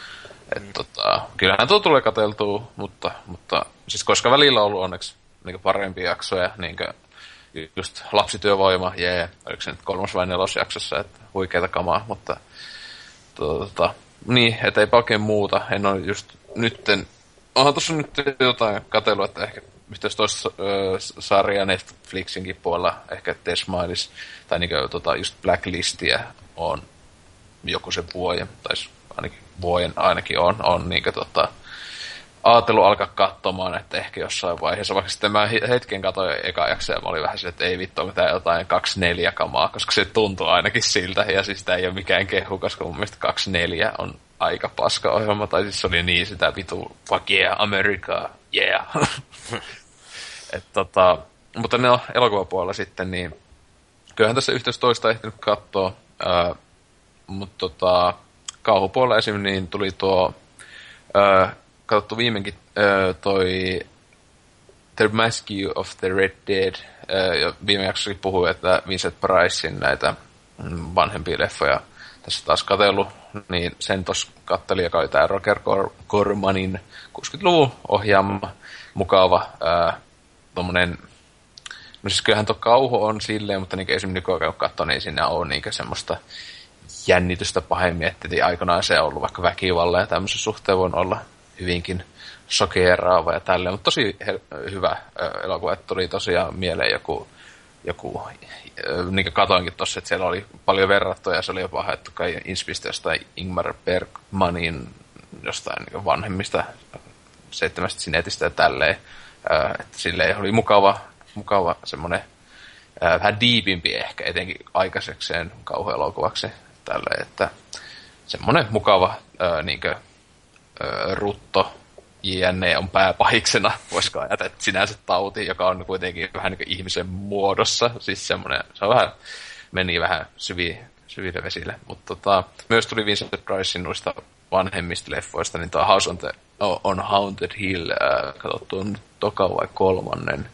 Et tota, kyllähän tuo tulee katseltua, mutta, mutta siis koska välillä on ollut onneksi niinkö parempia jaksoja, niinkö just lapsityövoima, jee, yeah. Oliko se nyt kolmas vai nelos jaksossa, että huikeeta kamaa, mutta tota, niin, että eipä oikein muuta. En ole just nytten, onhan tuossa nyt jotain katselua, että ehkä yhteys toista äh, sarjaa Netflixinkin puolella, ehkä T-Smiles, tai niinkö tota, just Blacklistia on joku se vuoden, tai ainakin vuoden ainakin on, on niinkö tota, ajatellut alkaa katsomaan, että ehkä jossain vaiheessa, vaikka sitten mä hetken katsoin eka jaksoa ja mä olin vähän se, että ei vittu, onko tää jotain kaksi neljä kamaa, koska se tuntuu ainakin siltä, ja siis tää ei ole mikään kehu, koska mun mielestä kaksi neljä on aika paska ohjelma, tai siis se oli niin sitä vitu, fuck yeah, America, yeah. Et tota, mutta ne on elokuvapuolella sitten, niin kyllähän tässä yhteys toista ehtinyt katsoa, ää, mutta tota, kauhupuolella esimerkiksi niin tuli tuo, ää, katsottu viimeinkin äh, toi The Massacre of the Red Dead. Äh, ja viime jaksossakin puhui, että Vincent Pricein näitä vanhempia leffoja tässä taas katsellut. Niin sen tossa katteli, joka oli tää Roger Cormanin kuusikymmentäluvun ohjaama, mukava äh, tommonen. No siis kyllähän tuo kauhu on silleen, mutta niin esimerkiksi nykyaikana kun katsoo, niin siinä on niin semmoista jännitystä pahemmin, että aikanaan se on ollut vaikka väkivalla ja tämmöisen suhteen voi olla hyvinkin sokeeraava ja tälleen, mutta tosi he- hyvä ö, elokuva, että tuli tosiaan mieleen joku, joku ö, niin kuin katoinkin tossa, että siellä oli paljon verrattuja ja se oli jopa haettu kai inspistä jostain Ingmar Bergmanin jostain niin vanhemmista seitsemästä sinetistä ja tälleen, ö, että silleen oli mukava, mukava semmoinen ö, vähän diipimpi ehkä, etenkin aikaisekseen kauhuelokuvaksi tälleen, että semmoinen mukava ö, niinkö rutto, jne. On pääpahiksena, voisiko ajatella, että sinänsä tauti, joka on kuitenkin vähän niin kuin ihmisen muodossa, siis semmoinen, se on vähän, meni vähän syvi, syville vesille, mutta tota, myös tuli Vincent Pricein noista vanhemmista leffoista, niin tuo House on, the, on Haunted Hill, äh, katsottu on toka vai kolmannen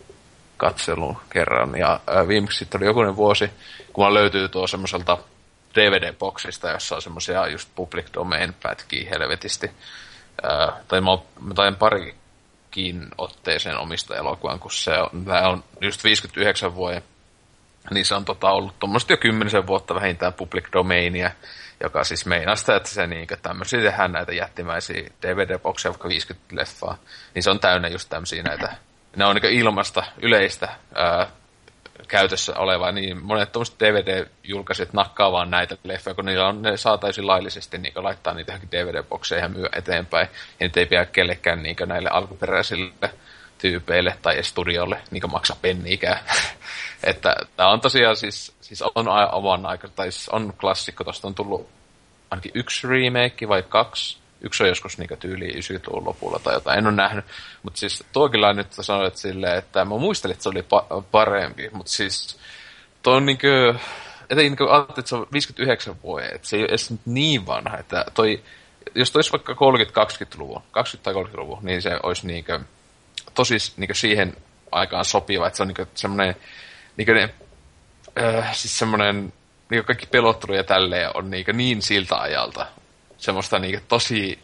katselun kerran, ja äh, viimeksi sitten oli jokunen vuosi, kun mä löytyy tuo semmoiselta D V D-boksista, jossa on semmosia just public domain pätkiä helvetisti. Ää, tai mä tain parikin otteeseen omista elokuvan, kun se on, on just viisikymmentäyhdeksän vuoden, niin se on tota ollut tuommoista jo kymmenisen vuotta vähintään public domainia, joka siis meinaa sitä, että se niinkö tämmöisiä tehdään näitä jättimäisiä D V D-bokseja, vaikka viisikymmentä leffaa, niin se on täynnä just tämmöisiä näitä, ne on niinkö ilmasta, yleistä ää, käytössä olevaa, niin monet tuommoiset D V D-julkaisijat nakkaa vaan näitä leffoja, kun niillä on, ne saa täysin laillisesti niin laittaa niitä johonkin D V D-bokseja ja myö eteenpäin, ja niitä ei pidä kellekään niin näille alkuperäisille tyypeille tai studiolle niin maksaa penniikään. Että tää on tosiaan siis, siis on oman aika, tai siis on klassikko, tosta on tullut ainakin yksi remake vai kaksi. Yksi on joskus niinku tyyliin yhdeksänkymmentäluvun lopulla tai jotain, en ole nähnyt. Mutta siis toikin nyt sanoit silleen, että mä muistelin, että se oli pa- parempi, mutta siis toi on niinku, että niinku ajattelin, että se on viisikymmentäyhdeksän vuotta, että se ei ole edes niin vanha, että toi, jos toi olisi vaikka kolmekymmentä-kaksikymmentäluvun, kaksikymmentä- tai kolmekymmentäluvun, niin se olisi niinku tosi niinku siihen aikaan sopiva, että se on niinku semmoinen, niinku ne, äh, siis semmoinen, niinku kaikki pelottelu ja tälleen on niinku niin siltä ajalta. Semmoista niinku tosi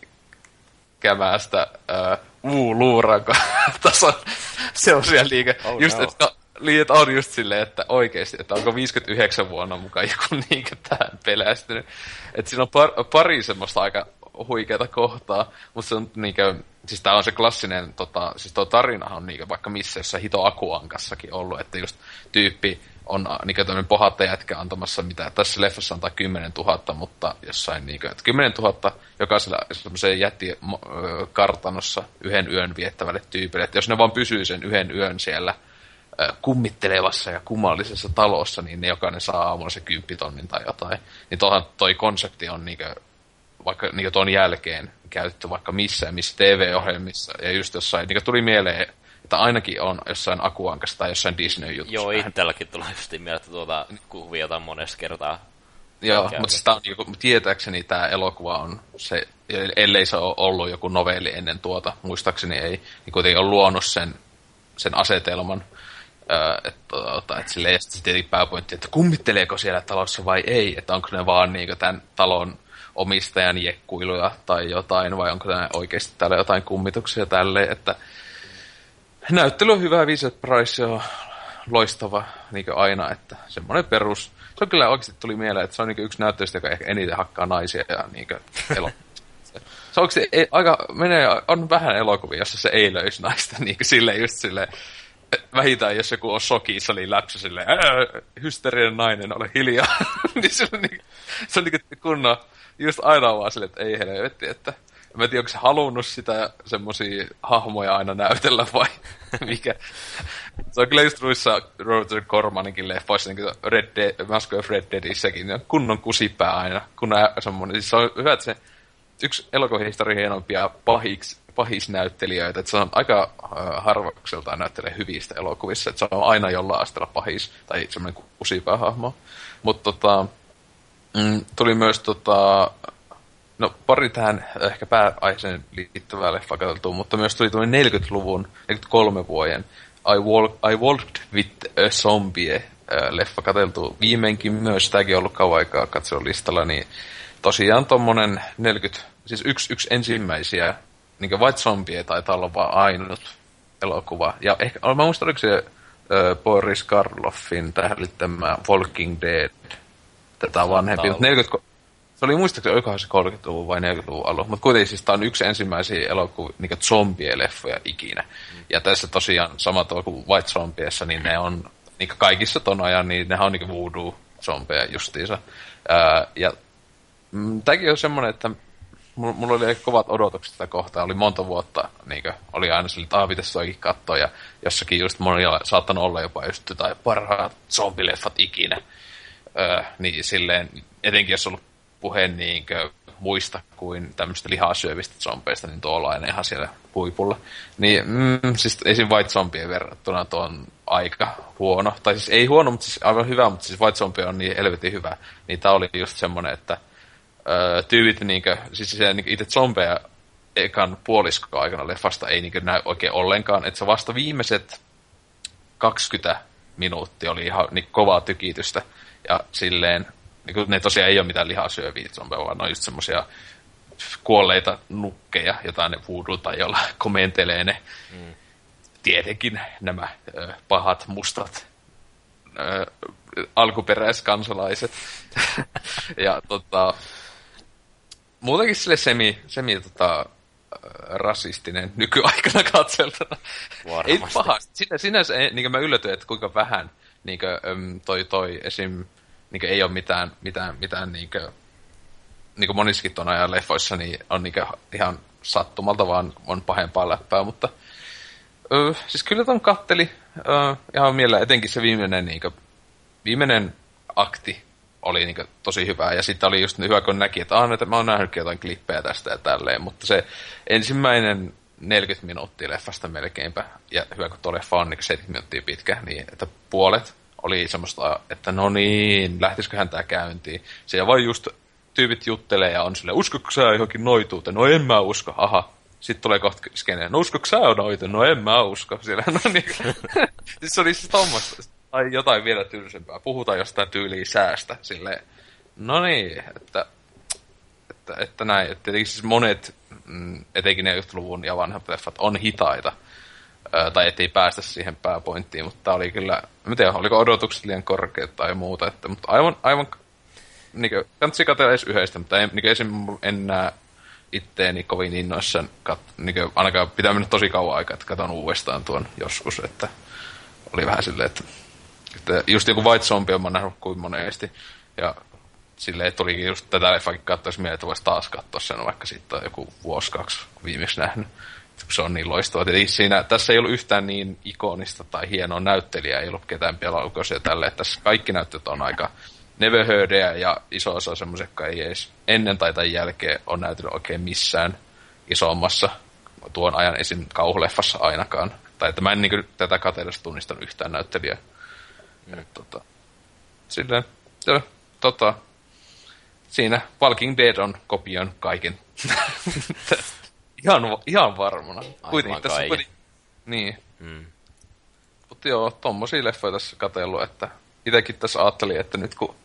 kämäästä uh, uu-luuranko tason sellaisia liike. Oh, just, no. että, että on just silleen, että oikeesti, että onko viisikymmentäyhdeksän vuonna mukaan joku niinku tähän pelästynyt. Että siinä on par, pari semmoista aika huikeata kohtaa, mutta se on niinku, siis tää on se klassinen, tota, siis tuo tarina on niinku vaikka missä jossain Hito Akuankassakin ollut, että just tyyppi on niinku tämmönen pohatta jätkä antamassa mitä, tässä leffassa antaa kymmenen tuhatta, mutta jossain niinku, että kymmenen tuhatta jokaisella semmoiseen jätti kartanossa yhden yön viettävälle tyypille, että jos ne vaan pysyy sen yhden yön siellä kummittelevassa ja kummallisessa talossa, niin ne jokainen saa aamulla se kymppitonnin tai jotain. Niin tohan toi konsepti on niinku, vaikka niinku ton jälkeen käytetty vaikka missä, missä T V-ohjelmissa, ja just jossain, niinku tuli mieleen, että ainakin on jossain Akuankassa tai jossain Disney-jutussa. Joo, itselläkin tulee justiin mieleen, että tuota kuviota monesta kertaa. Joo, mutta siis tää on, niinku, tietääkseni tää elokuva on se, ellei se ole ollut joku novelli ennen tuota, muistaakseni ei, niin kuitenkin on luonut sen, sen asetelman, että tota, et silleen, ja sitten tietenkin pääpointti, että kummitteleeko siellä talossa vai ei, että onko ne vaan niinku tämän talon omistajan jekkuiluja tai jotain, vai onko ne oikeasti täällä jotain kummituksia tälleen, että näyttely on hyvä, Vincent Price on loistava niin kuin aina, että semmoinen perus. Se on kyllä oikeasti tuli mieleen, että se on niin yksi näyttelystä, joka ehkä eniten hakkaa naisia ja niin elo. Se on ei, aika, menee, on vähän elokuvia, jossa se ei löysi naista, niin kuin silleen just silleen, vähintään jos joku on shokissa, niin läpsä silleen, hysteerinen nainen, ole hiljaa. Niin se on niin, se on niin kunnon, just aina vaan silleen, että ei helvetti, että mä en tiedä, onko se halunnut sitä semmosia hahmoja aina näytellä vai mikä. Se on kyllä just noissa Roger Cormaninkin leffoissa, niin kuin Red Dead, Mask of Red Deadissäkin, niin kunnon kusipää aina. Kun semmoinen, siis se on hyvä, että se yksi elokuvahistorian hienompia pahiks, pahisnäyttelijöitä, että se on aika äh, harvakseltaan näyttelee hyvistä elokuvissa, että se on aina jollain asteella pahis, tai semmoinen kusipää hahmo. Mutta tota, mm, tuli myös tota, no pari tähän ehkä pääaiheeseen liittyvää leffaa katseltua, mutta myös tuli tuollainen neljäkymmentäluvun, neljäkymmentäkolme vuoden I, Walk, I Walked with a Zombie leffa katseltu viimeinkin myös, tämäkin on ollut kauan aikaa katselun listalla, niin tosiaan tommonen neljäkymmentä, siis yksi, yksi ensimmäisiä, niin kuin White Zombie taitaa olla vaan ainut elokuva, ja ehkä, mä muistan, oliko se uh, Boris Karloffin tähdellinen Walking Dead, tätä vanhempi, mutta neljäkymmentä se oli muistaakseni, oikohan se kolmekymmentäluvun vai neljäkymmentäluvun alun, mutta kuitenkin siis tää on yksi ensimmäisiä elokuvia, niin zombie-leffoja ikinä. Mm. Ja tässä tosiaan sama tuo kuin White Zombiessa, niin ne on, niin kaikissa ton ajan, niin nehän on niin voodoo-zombeja justiinsa. Ää, ja mm, tääkin on semmonen, että mulla, mulla oli kovat odotukset tätä kohtaa, oli monta vuotta, niin oli aina sille, että aah, pitäisi toikin katsoa, ja jossakin just monilla saattanut olla jopa just jotain parhaat zombie-leffat ikinä. Ää, niin silleen, etenkin jos on ollut puheen niinkö muista kuin tämmöistä lihaa syövistä zombeista, niin tuolla on ihan siellä huipulla. Niin, mm, siis esim. White Zombien verrattuna tuo on aika huono. Tai siis ei huono, mutta siis aivan hyvä, mutta siis White Zombie on niin helvetin hyvä. Niin tää oli just semmonen, että öö, tyypit niinkö, siis se niinkö itse zombeja ekan puoliskon aikana leffasta ei niinkö näy oikein ollenkaan. Että se vasta viimeiset kaksikymmentä minuuttia oli ihan niin kovaa tykitystä. Ja silleen niin ne tosiaan ei ole mitään lihasyöviä zombeja, vaan ne on just semmosia kuolleita nukkeja, jota ne voodoo tai jolla komentelee ne. Mm. Tietenkin nämä ö, pahat, mustat ö, alkuperäiskansalaiset. ja tota, muutenkin sille semi, semi tota, rasistinen nykyaikana katseltuna. Ei pahasti. Sinä, sinänsä niin mä yllätyin, että kuinka vähän niin kuin, toi, toi esim. Niin ei ole mitään, mitään, mitään niin kuin, niin kuin monissakin ton ajan leffoissa niin on niin kuin, ihan sattumalta vaan on pahempaa läppää, mutta ö, siis kyllä ton katteli ö, ihan mielellä, etenkin se viimeinen, niin kuin, viimeinen akti oli niin kuin, tosi hyvä, ja sitten oli just hyvä, kun näki, että, ah, että mä oon nähnytkin jotain klippejä tästä ja tälleen, mutta se ensimmäinen neljäkymmentä minuuttia leffasta melkeinpä, ja hyvä, kun tuo leffa on niin seitsemänkymmentä minuuttia pitkä, niin että puolet oli semmoista, että no niin, lähtisiköhän tää käyntiin. Se vaan just tyypit juttelee ja on silleen, uskotko sä johonkin noituuteen? No en mä usko, aha. Sitten tulee kohta skeneen, no uskotko sä noituuteen? No en mä usko. Siellä, no niin. Siis se oli siis tommasta. Tai jotain vielä tylsempää. Puhutaan jostain tyyliä säästä. Silleen, no niin, että, että, että näin. Että tietenkin siis monet, etenkin neljäkymmentäluvun ja vanhat leffat, on hitaita. Tai ettei päästä siihen pääpointtiin, mutta tää oli kyllä, en tiedä, oliko odotukset liian korkeat tai muuta, että, mutta aivan, aivan niinkö, kannattaa katsella edes yhdestä, mutta en, niinkö, esim. En näe itteeni kovin innoissaan, kat, niinkö, ainakaan pitää mennä tosi kauan aikaa, että katson uudestaan tuon joskus, että oli vähän silleen, että, että just joku White Zombie on mä nähnyt kuin monesti, ja silleen, että olikin just tätä leffakin katsoisi mieleen, että voisi taas katsoa sen, vaikka siitä on joku vuosi, kaksi viimeksi nähnyt. Se on niin loistava. Tietenkin siinä, tässä ei ollut yhtään niin ikonista tai hienoa näyttelijää, ei ollut ketään pelaukoisia tälle. Tässä kaikki näyttöt on aika never heardejä ja iso osa semmoisia, jotka ei edes ennen tai tämän jälkeen on näytellyt oikein missään isommassa tuon ajan esim. Kauhuleffassa ainakaan. Tai että mä en niin tätä kateellista tunnistanut yhtään näyttelijää. Mm. Et, tota, silleen, ja, tota, siinä Walking Dead on kopion kaiken. Ihan, ihan varmana. Kuitenkin tässä kuitenkin. Niin. Mm. Mutta joo, tommosia leffoja tässä katsellut, että itekin tässä ajattelin, että nyt kun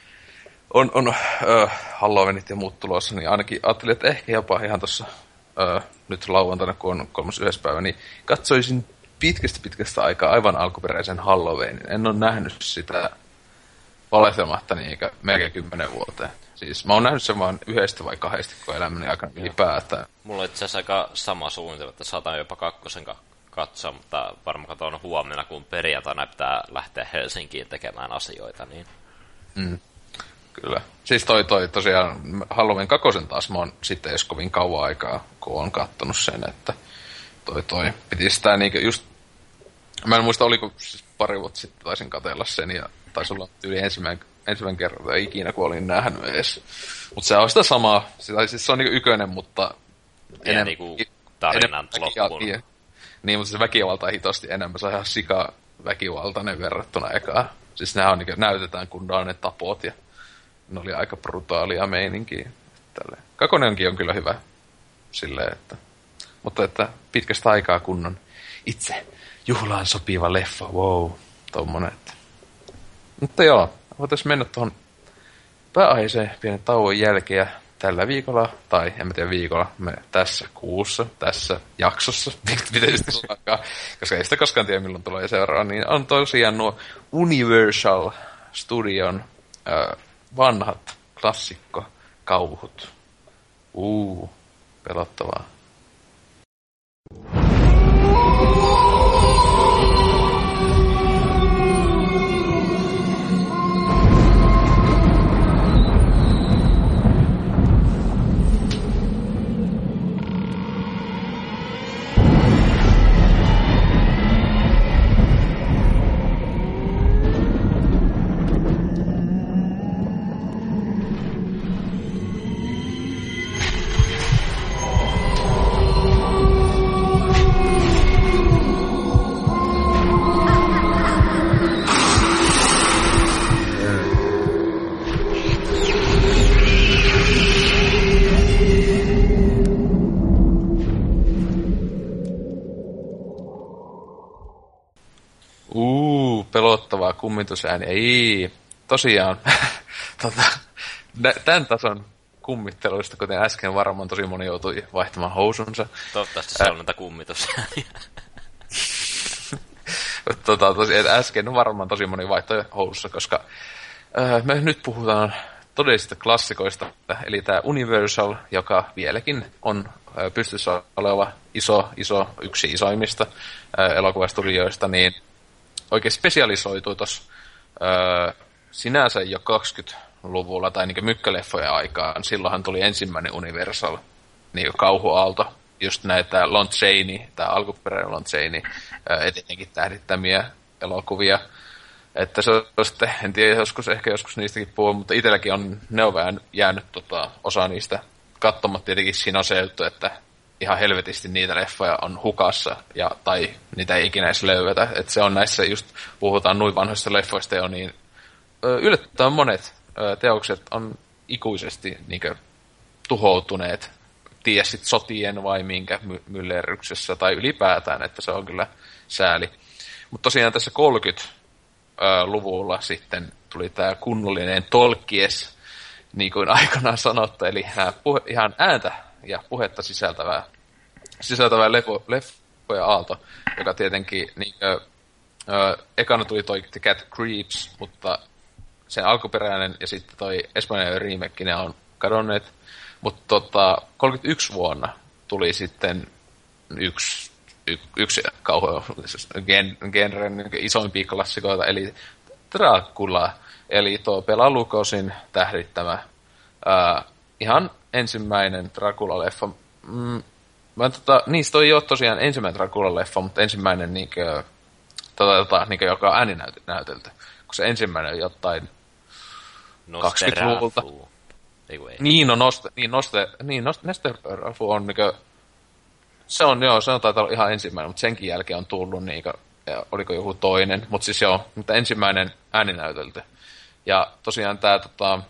on, on äh, Halloweenit ja muut tulossa, niin ainakin ajattelin, että ehkä jopa ihan tossa äh, nyt lauantaina, kun on kolmas yhdessä päivä, niin katsoisin pitkästä pitkästä aikaa aivan alkuperäisen Halloweenin. En ole nähnyt sitä valehtelematta niin eikä melkein kymmenen vuoteen. Siis mä oon nähnyt sen vaan yhdestä vai kahdesta koko elämäni aikana ylipäätään. Mulla on itse asiassa aika sama suunnitelma, että saatan jopa kakkosen katsoa, mutta varmaan katson huomenna, kun perjantaina pitää lähteä Helsinkiin tekemään asioita. Niin. Mm, kyllä. Siis toi, toi tosiaan Halloween kakkosen taas mä oon sitten jos kovin kauan aikaa, kun oon kattonut sen, että toi toi piti sitä niinku just, mä en muista oliko siis pari vuotta sitten taisin katsella sen ja taisi olla yli ensimmäinen ensimmäinen kerta ikinä, kun olin nähnyt edes. Mutta se on sitä samaa. Sitä, siis se on niinku ykönen, mutta enemmän niinku tarinan loppuun. Niin, niin, mutta se väkivalta on hitosti enemmän. Se on ihan sika väkivaltainen verrattuna ekaa. Siis nehän on niinku, näytetään kunnolla ne tapot ja ne oli aika brutaalia meininkiä. Tälleen. Kakonenkin on kyllä hyvä silleen, että mutta että pitkästä aikaa kunnon itse juhlaan sopiva leffa. Wow, tommonen. Että. Mutta joo. Voitaisiin mennä tuohon pääaiheeseen pienen tauon jälkeen ja tällä viikolla, tai en mä tiedä viikolla, me tässä kuussa, tässä jaksossa, miten sitä sanotaan, koska ei sitä koskaan tiedä milloin tulee seuraa, niin on tosiaan nuo Universal Studion äh, vanhat klassikkokauhut. Uu, pelottavaa. Kummitusääni. Ei, tosiaan. tota, tämän tason kummitteluista, kuten äsken varmaan tosi moni joutui vaihtamaan housunsa. Toivottavasti se on näitä kummitusääniä. tota, tosi, äsken varmaan tosi moni vaihtoi housussa, koska ää, me nyt puhutaan todellisista klassikoista, eli tämä Universal, joka vieläkin on ää, pystyssä oleva iso, iso yksi isoimmista ää, elokuvastudioista, niin oikein spesialisoitui tuossa sinänsä jo kaksikymmentäluvulla tai niin mykkäleffojen aikaan. Silloinhan tuli ensimmäinen Universal niin kauhuaalto, just näitä Lon Chaney, tämä alkuperäinen Lon Chaney, etenkin tähdittämiä elokuvia. Että se on sitten, en tiedä, joskus, ehkä joskus niistäkin puhua, mutta itselläkin on, ne on vähän jäänyt tota, osa niistä katsomatta. Tietenkin siinä on se juttu, että ihan helvetisti niitä leffoja on hukassa, ja, tai niitä ei ikinä edes löydetä. Että se on näissä, just puhutaan noin vanhoista leffoista jo, niin yllättävän monet teokset on ikuisesti niinkö tuhoutuneet, tiedä sit sotien vai minkä my- myllerryksessä, tai ylipäätään, että se on kyllä sääli. Mutta tosiaan tässä kolmekymmentäluvulla sitten tuli tämä kunnollinen Tolkies, niin kuin aikanaan sanottu, eli puhe, ihan ääntä ja puhetta sisältävää, sisältävää lefo, leffoja aalto, joka tietenkin niin, ö, ö, ekana tuli toi The Cat Creeps, mutta sen alkuperäinen ja sitten toi espanjalainen remake, ne on kadonneet. Mutta tota, kolmekymmentäyksi vuonna tuli sitten yksi, y, yksi kauhean gen, genren isoimpia klassikoita, eli Dracula, eli tuo Bela Lugosin tähdittämä ää, ihan ensimmäinen Dracula-leffa. Mm, mä, tota, niistä ei ole tosiaan ensimmäinen Dracula-leffa, mutta ensimmäinen, niinkö, tota, tota, niinkö, joka on ääninäytelty. Kun se ensimmäinen on jotain kaksikymmentäluvulta. Niin, no Noste, niin Noste, niin Nosferatu on niinkö, se on joo, se on taitaa olla ihan ensimmäinen, mutta senkin jälkeen on tullut niinkö, oliko joku toinen, mutta siis joo, mutta ensimmäinen ääninäytelty. Ja tosiaan tää tota,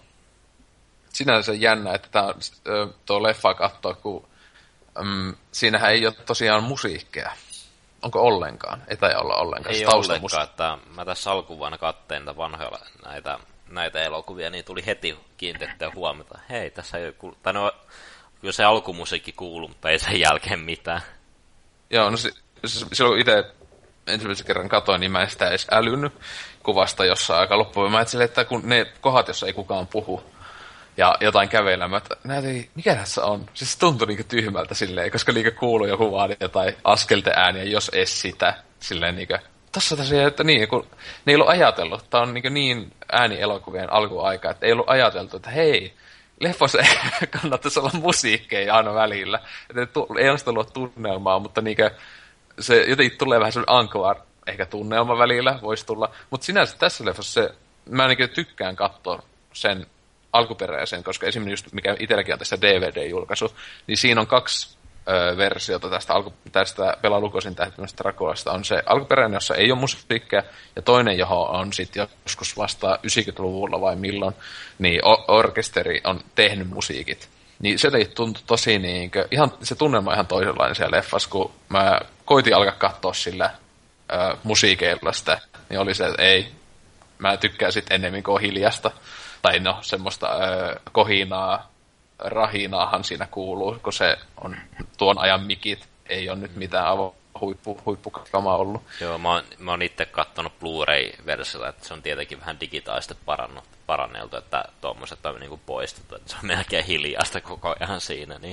sinänsä jännä, että tää, tuo leffa kattoo, kun mm, siinähän ei ole tosiaan musiikkeja. Onko ollenkaan? Ei tai olla ollenkaan. Ei ollenkaan, että mä tässä alkuvuonna katteen vanhoja näitä, näitä elokuvia, niin tuli heti kiinnitettyä huomiota. Hei, tässä ei kuulu, tai no, kyllä se alkumusiikki kuuluu, mutta ei sen jälkeen mitään. Joo, no se, se, silloin itse ensimmäisen kerran katoin, niin mä en sitä edes älynnyt kuvasta jossain aika loppuun. Mä ajattelin, että kun ne kohdat, jossa ei kukaan puhu, ja jotain kävelemään, että näytin, mikä tässä on? Siis se tuntui niinku tyhmältä silleen, koska niinku kuului joku vaan jotain askelten ääniä, jos edes sitä. Silleen niinku, tossa tosiaan, että niin, kun ne ei ollut ajatellut. Tää on niinku niin äänielokuvien alkuaika, että ei ollut ajateltu, että hei, leffossa kannattaisi olla musiikkeja aina välillä. Että ei ole sitä ollut tunnelmaa, mutta niinku, se jotenkin tulee vähän sellainen ankvar, ehkä tunnelma välillä voisi tulla. Mutta sinänsä tässä leffassa se, mä niinku tykkään katsoa sen alkuperäisen, koska esimerkiksi just, mikä itselläkin on tässä D V D-julkaisu, niin siinä on kaksi ö, versiota tästä, alku, tästä Bela Lugosin tähdittämästä Draculasta. On se alkuperäinen, jossa ei ole musiikkia, ja toinen, johon on sitten joskus vasta yhdeksänkymmentäluvulla vai milloin, niin o- orkesteri on tehnyt musiikit. Niin se tuntui tosi niin, ihan, se tunnelma on ihan toisenlainen siellä leffassa, kun mä koitin alkaa katsoa sillä ö, musiikeilla sitä, niin oli se, että ei, mä tykkään sitten ennemmin kuin hiljasta. Tai no, semmoista ö, kohinaa, rahinaahan siinä kuuluu, kun se on tuon ajan mikit. Ei ole nyt mitään avo huippu, huippukamaa ollut. Joo, mä oon, mä oon itse kattonut Blu-ray-versiota, että se on tietenkin vähän digitaalisesti paranneltu, että tuommoiset on niinku poistettu, että se on melkein hiljaista koko ajan siinä. Niin.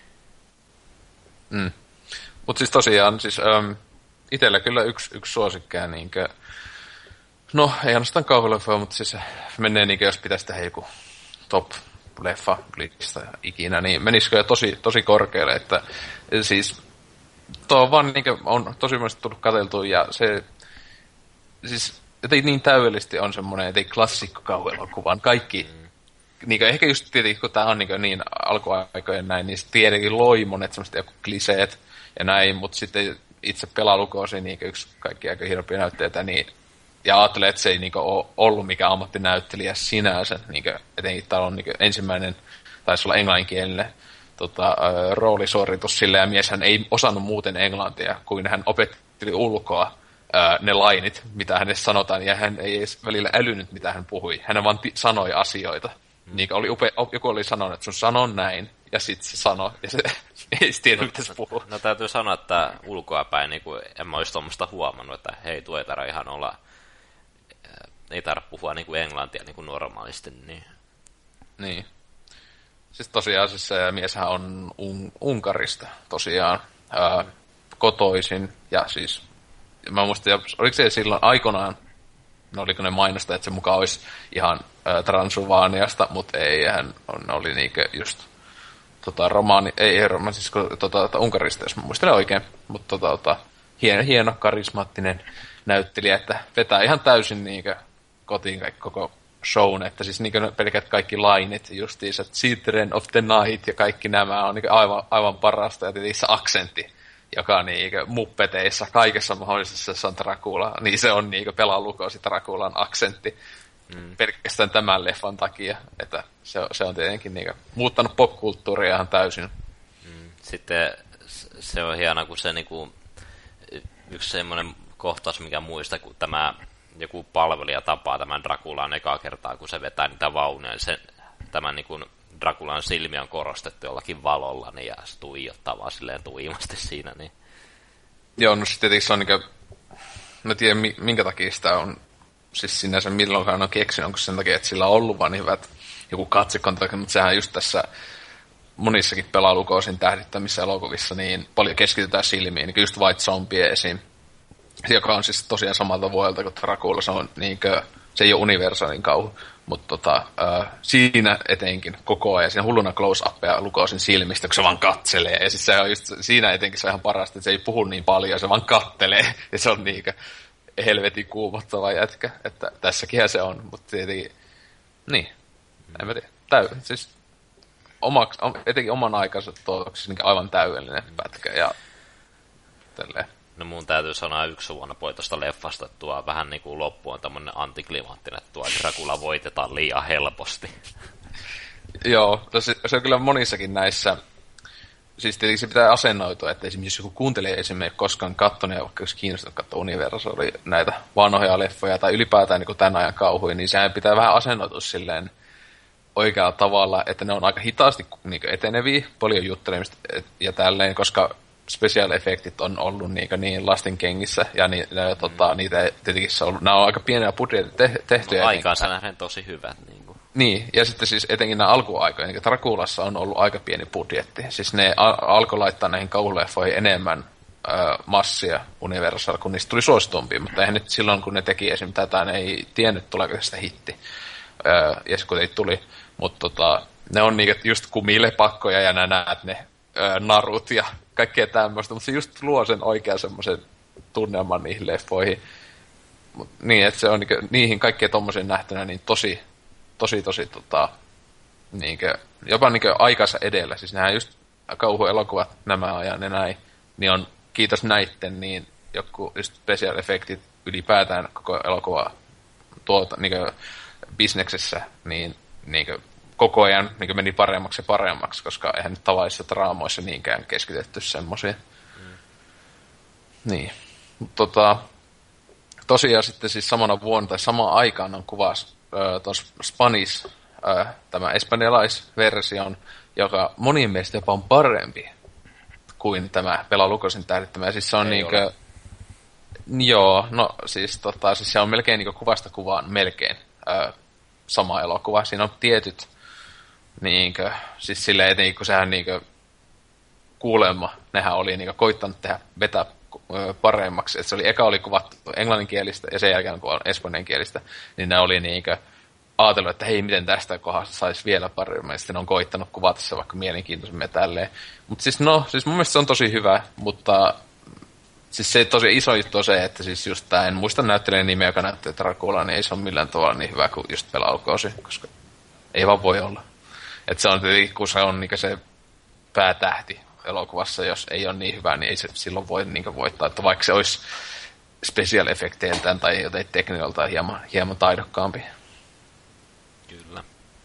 Mm. Mutta siis tosiaan, siis, äm, itsellä kyllä yksi, yksi suosikkää niinkö. No, ei ainoastaan kauhuleffoja, mutta siis menee niinkö, jos pitäisi tehdä joku top-leffa lista ikinä, niin menisikö tosi, tosi korkealle, että siis tuo on vaan niinkö, on tosi monesti tullut katseltua, ja se siis jotenkin niin täydellisesti on semmoinen, että ei klassikko kauhuelokuvan, kaikki, mm. niinkö, ehkä just tietenkin, kun tää on niinkö niin alkuaikojen näin, niin tietenkin loi monet semmoiset joku kliseet ja näin, mutta sitten itse Bela Lugosi, niinkö yksi kaikki aika hienompia näyttelijöitä, niin ja ajattelen, että se ei niinku ole ollut mikään ammattinäyttelijä sinänsä. Niinku, etenkin täällä on niinku ensimmäinen, taisi olla englanninkielinen tota, roolisuoritus sillä, ja mieshän ei osannut muuten englantia, kuin hän opetteli ulkoa ää, ne lainit, mitä hänessä sanotaan, ja hän ei edes välillä älynyt, mitä hän puhui. Hän vaan ti- sanoi asioita. Mm. Niin oli upe- joku oli sanonut, että sun sanon näin, ja sit se sanoi, ja se ei tiedä, mitä se puhuu. No täytyy sanoa, että ulkoapäin niin kuin, en mä olisi tuommoista huomannut, että hei, tuo ei tarvitse ihan olla, ei tarvitse puhua niin kuin englantia niin kuin normaalisti. Niin. Niin. Siis tosiaan siis se mieshän on un- Unkarista tosiaan ää, kotoisin, ja siis mä muistan, oliko se silloin aikoinaan, no oliko ne mainosta, että se mukaan olisi ihan ää, Transylvaniasta, mutta ei, hän on, oli niinkö just tota, romaani, ei, ei romaani, siis tota, tota, Unkarista, jos mä muistelen oikein, mutta tota, tota, hieno, hieno, karismaattinen näyttelijä, että vetää ihan täysin niinkö kotiin kaikki koko shown, että siis niinkö pelkät kaikki lainit justiinsa, Children of the Night ja kaikki nämä on niinkö aivan, aivan parasta, ja tietysti se aksentti, joka niinkö muppeteissa, kaikessa mahdollisessa, jossa on Dracula, niin se on niinkö pelaa lukosi Draculan aksentti. Mm. Pelkästään tämän leffan takia, että se, se on tietenkin niinkö muuttanut popkulttuuria ihan täysin. Mm. Sitten se on hieno, kun se niinku, yksi semmoinen kohtaus, mikä muista, kun tämä joku palvelija tapaa tämän Draculan ekaa kertaa, kun se vetää niitä vaunuja, niin se, tämän niinku Draculan silmiä on korostettu jollakin valolla, niin, ja se tuijottaa vaan silleen tuimasti siinä. Niin. Joo, no sitten tietenkin se on niinkö, mä tiedän minkä takia sitä on, siis sinänsä milloinkaan on keksinyt, onko sen takia, että sillä on ollut vaan niin hyvät joku katsekontakti, mutta sehän just tässä monissakin pelaalukoosin tähdittämissä elokuvissa, niin paljon keskitytään silmiin, niin just White Zombie esim. Joka on siis tosiaan samalta vuodelta kuin Dracula, se on niinkö, se ei ole universaalin kauhu, mutta tota, äh, siinä etenkin koko ajan, siinä hulluna close-uppeja lukoosin silmistä, kun se vaan katselee, ja siis se on just, siinä etenkin se on ihan parasta, että se ei puhu niin paljon, se vaan kattelee, ja se on niinkö helvetin kuumottava jätkä, että tässäkin se on, mutta tietenkin, niin, en mä tiedä, täy, siis omaks, etenkin oman aikansa tuoksi niin aivan täydellinen pätkä, ja tälleen. No mun täytyy sanoa yksi vuonna poi tuosta leffasta, että tuo vähän niin kuin loppu on tämmönen antiklimaattinen, että tuo Dracula voitetaan liian helposti. Joo, se, se on kyllä monissakin näissä, siis tietenkin se pitää asennoitua, että esimerkiksi joku kuuntelee esimerkiksi koskaan kattonut, ja vaikka jos kiinnostunut katsoa Universaalia näitä vanhoja leffoja tai ylipäätään niin kuin tämän ajan kauhuja, niin sehän pitää vähän asennoitua silleen oikealla tavalla, että ne on aika hitaasti niin kuin eteneviä, paljon juttelemista ja tälleen, koska special-efektit on ollut niin, niin lasten kengissä, ja ni, ne, mm. tota, niitä tietenkin se on ollut, nämä on aika pieniä budjetit te, tehtyjä. No, aikaansa nähden tosi hyvät. Niin, kuin. Niin, ja sitten siis etenkin nämä alkuaikoja, niin Draculassa on ollut aika pieni budjetti. Siis ne a- alkoi laittaa näihin kauhuleffoihin enemmän ö, massia Universal, kun niistä tuli suositumpia, mutta eihän nyt silloin, kun ne teki esim. Tätä, ne ei tiennyt, tuleeko sitä hitti. Ö, ja se kuitenkin tuli. Mutta tota, ne on niin, just kumilepakkoja, ja nää näet ne ö, narut ja kaikkea tämmöistä, mutta se just luo sen oikean semmoisen tunnelman niihin leffoihin. Mut niin, että se on niinku, niihin kaikkea tommoisen nähtynä niin tosi, tosi, tosi tota, niinkö, jopa niinkö aikansa edellä. Siis nehän just kauhuelokuvat, nämä ajan ja näin, niin on kiitos näitten, niin joku just special effectit ylipäätään koko elokuva tuota, niinkö bisneksessä, niin niinkö koko ajan niin meni paremmaksi ja paremmaksi, koska eihän nyt tavallisissa draamoissa niinkään keskitetty semmoisia. Mm. Niin. Tota, tosiaan sitten siis samana vuonna tai samaan aikaan on kuvas äh, tuon Spanish, äh, tämä espanjalaisversion, joka monien mielestä jopa on parempi kuin tämä Bela Lugosin tähdittämä. Siis se on niinkö... Joo, no siis, tota, siis se on melkein niinkö kuvasta kuvaan melkein äh, sama elokuva. Siinä on tietyt niinkö, siis silleen etenkin kun sehän niinkö kuulemma, nehän oli niinkö koittanut tehdä vetää paremmaksi, että se oli, eka oli kuvattu englanninkielistä ja sen jälkeen kun espanjankielistä, niin ne oli niinkö ajatellut, että hei, miten tästä kohdasta saisi vielä paremmin, ja sitten ne on koittanut kuvata se vaikka mielenkiintoisemmin ja tälleen. Mutta siis no, siis mun mielestä se on tosi hyvä, mutta siis se tosi iso juttu on se, että siis just tää, en muista näyttelijän nimeä, joka näyttää Dracula, niin ei se ole millään tavalla niin hyvä kuin just Bela Lugosi, koska ei vaan voi olla. Että se on tietenkin, kun se on niin se päätähti elokuvassa, jos ei ole niin hyvä, niin ei se silloin voi niin voittaa. Että vaikka se olisi special effekteiltään tai jotain tekniikaltaan hieman, hieman taidokkaampi. Kyllä.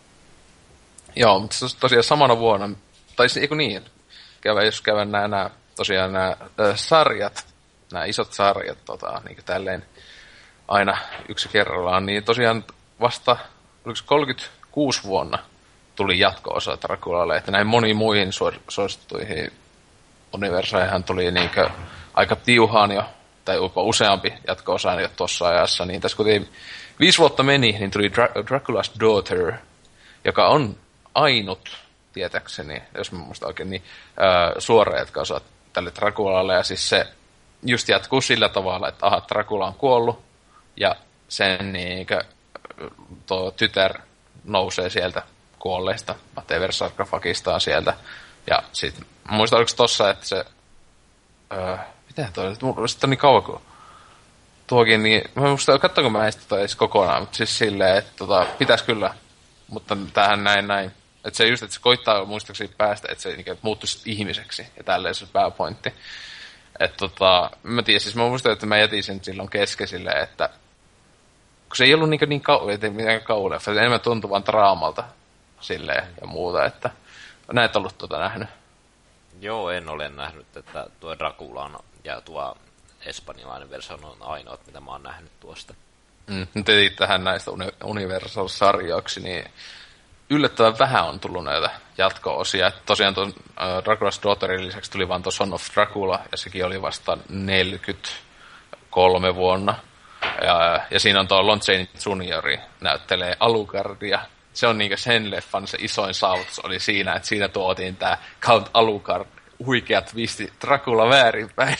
Joo, mutta se tosiaan samana vuonna, tai eikö niin, käydään, jos käydään nämä, nämä tosiaan nämä äh, sarjat, nämä isot sarjat tota, niin tälleen aina yksi kerrallaan, niin tosiaan vasta oliko kolmekymmentäkuusi vuonna tuli jatko-osa Draculalle, että näin moniin muihin suosittuihin universaihan tuli niinkö aika tiuhaan jo, tai jopa useampi jatko-osa jo tuossa ajassa, niin tässä kun viisi vuotta meni, niin tuli Dra- Dracula's Daughter, joka on ainut, tietäkseni, jos mä muistan oikein, niin äh, suora jatko-osa tälle Draculalle, ja siis se just jatkuu sillä tavalla, että aha, Dracula on kuollut, ja sen niinkö tuo tytär nousee sieltä kuolleista, whatever, sarkofakistaan sieltä, ja sit, muistan oliko tossa, että se, öö, miten toi, mulla sitten on niin kauan kuin tuokin, niin mä muistan, katsoinko mä näistä tota edes kokonaan, mutta siis silleen, että tota, pitäisi kyllä, mutta tähän näin näin, että se just, että se koittaa muistaakseni päästä, että se niin, että muuttuisi ihmiseksi, ja tälleen se pääpointti. Että tota, mä tiedän, siis mä muistan, että mä jätin sen silloin kesken silleen, että kun se ei ollut niin, niin kauan, ettei mitään kauan, se enemmän tuntui vaan draamalta silleen ja muuta, että näet ollut tuota nähnyt. Joo, en ole nähnyt, että tuo Dracula ja tuo espanjalainen versio on ainoat, mitä mä oon nähnyt tuosta. Mm, nyt etit tähän näistä Universal-sarjoiksi, niin yllättävän vähän on tullut näitä jatko-osia. Että tosiaan tuon äh, Dracula's Daughterin lisäksi tuli vaan tuo Son of Dracula, ja sekin oli vasta neljäkymmentäkolme vuonna. Ja, ja siinä on tuo Lon Chaney juniori näyttelee Alucardia. Se on niinkö sen leffan se isoin saavutus oli siinä, että siinä tuotiin tää Count Alucard, huikea twisti, Dracula väärinpäin.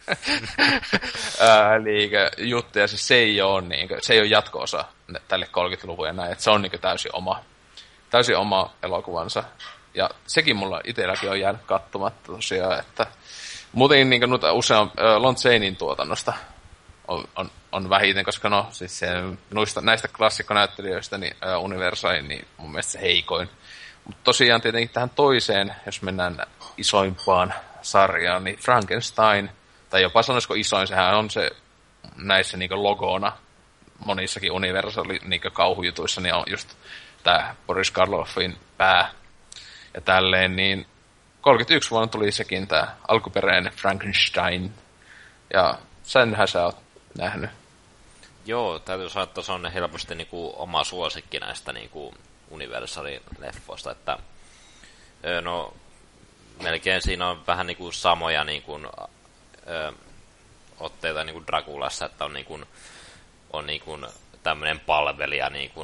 Niinkö juttu, ja siis se ei ole, niinkö, se ei ole jatko-osa tälle kolmekymmentäluvun ja näin, että se on niinkö täysin oma, täysin oma elokuvansa. Ja sekin mulla itselläkin on jäänyt katsomatta tosiaan, että muuten niinkö usein Lon Chaneyn tuotannosta on, on, on vähiten, koska no, siis se, noista, näistä klassikkonäyttelijöistä niin uh, Universain, niin mun mielestä se heikoin. Mutta tosiaan tietenkin tähän toiseen, jos mennään isoimpaan sarjaan, niin Frankenstein, tai jopa sanoisiko isoin, sehän on se näissä niinku logona monissakin Universal niinku kauhujutuissa, niin on just tää Boris Karloffin pää ja tälleen, niin kolmekymmentäyksi vuonna tuli sekin tää alkuperäinen Frankenstein, ja senhän sä oot nähnyt. Joo, täytyy sanoa, että se on helposti niinku oma suosikki näistä niinku Universalin leffoista, että no melkein siinä on vähän niinku samoja niinku, ö, otteita niinku Draculassa, että on niinku on niinku tämmönen palvelija niinku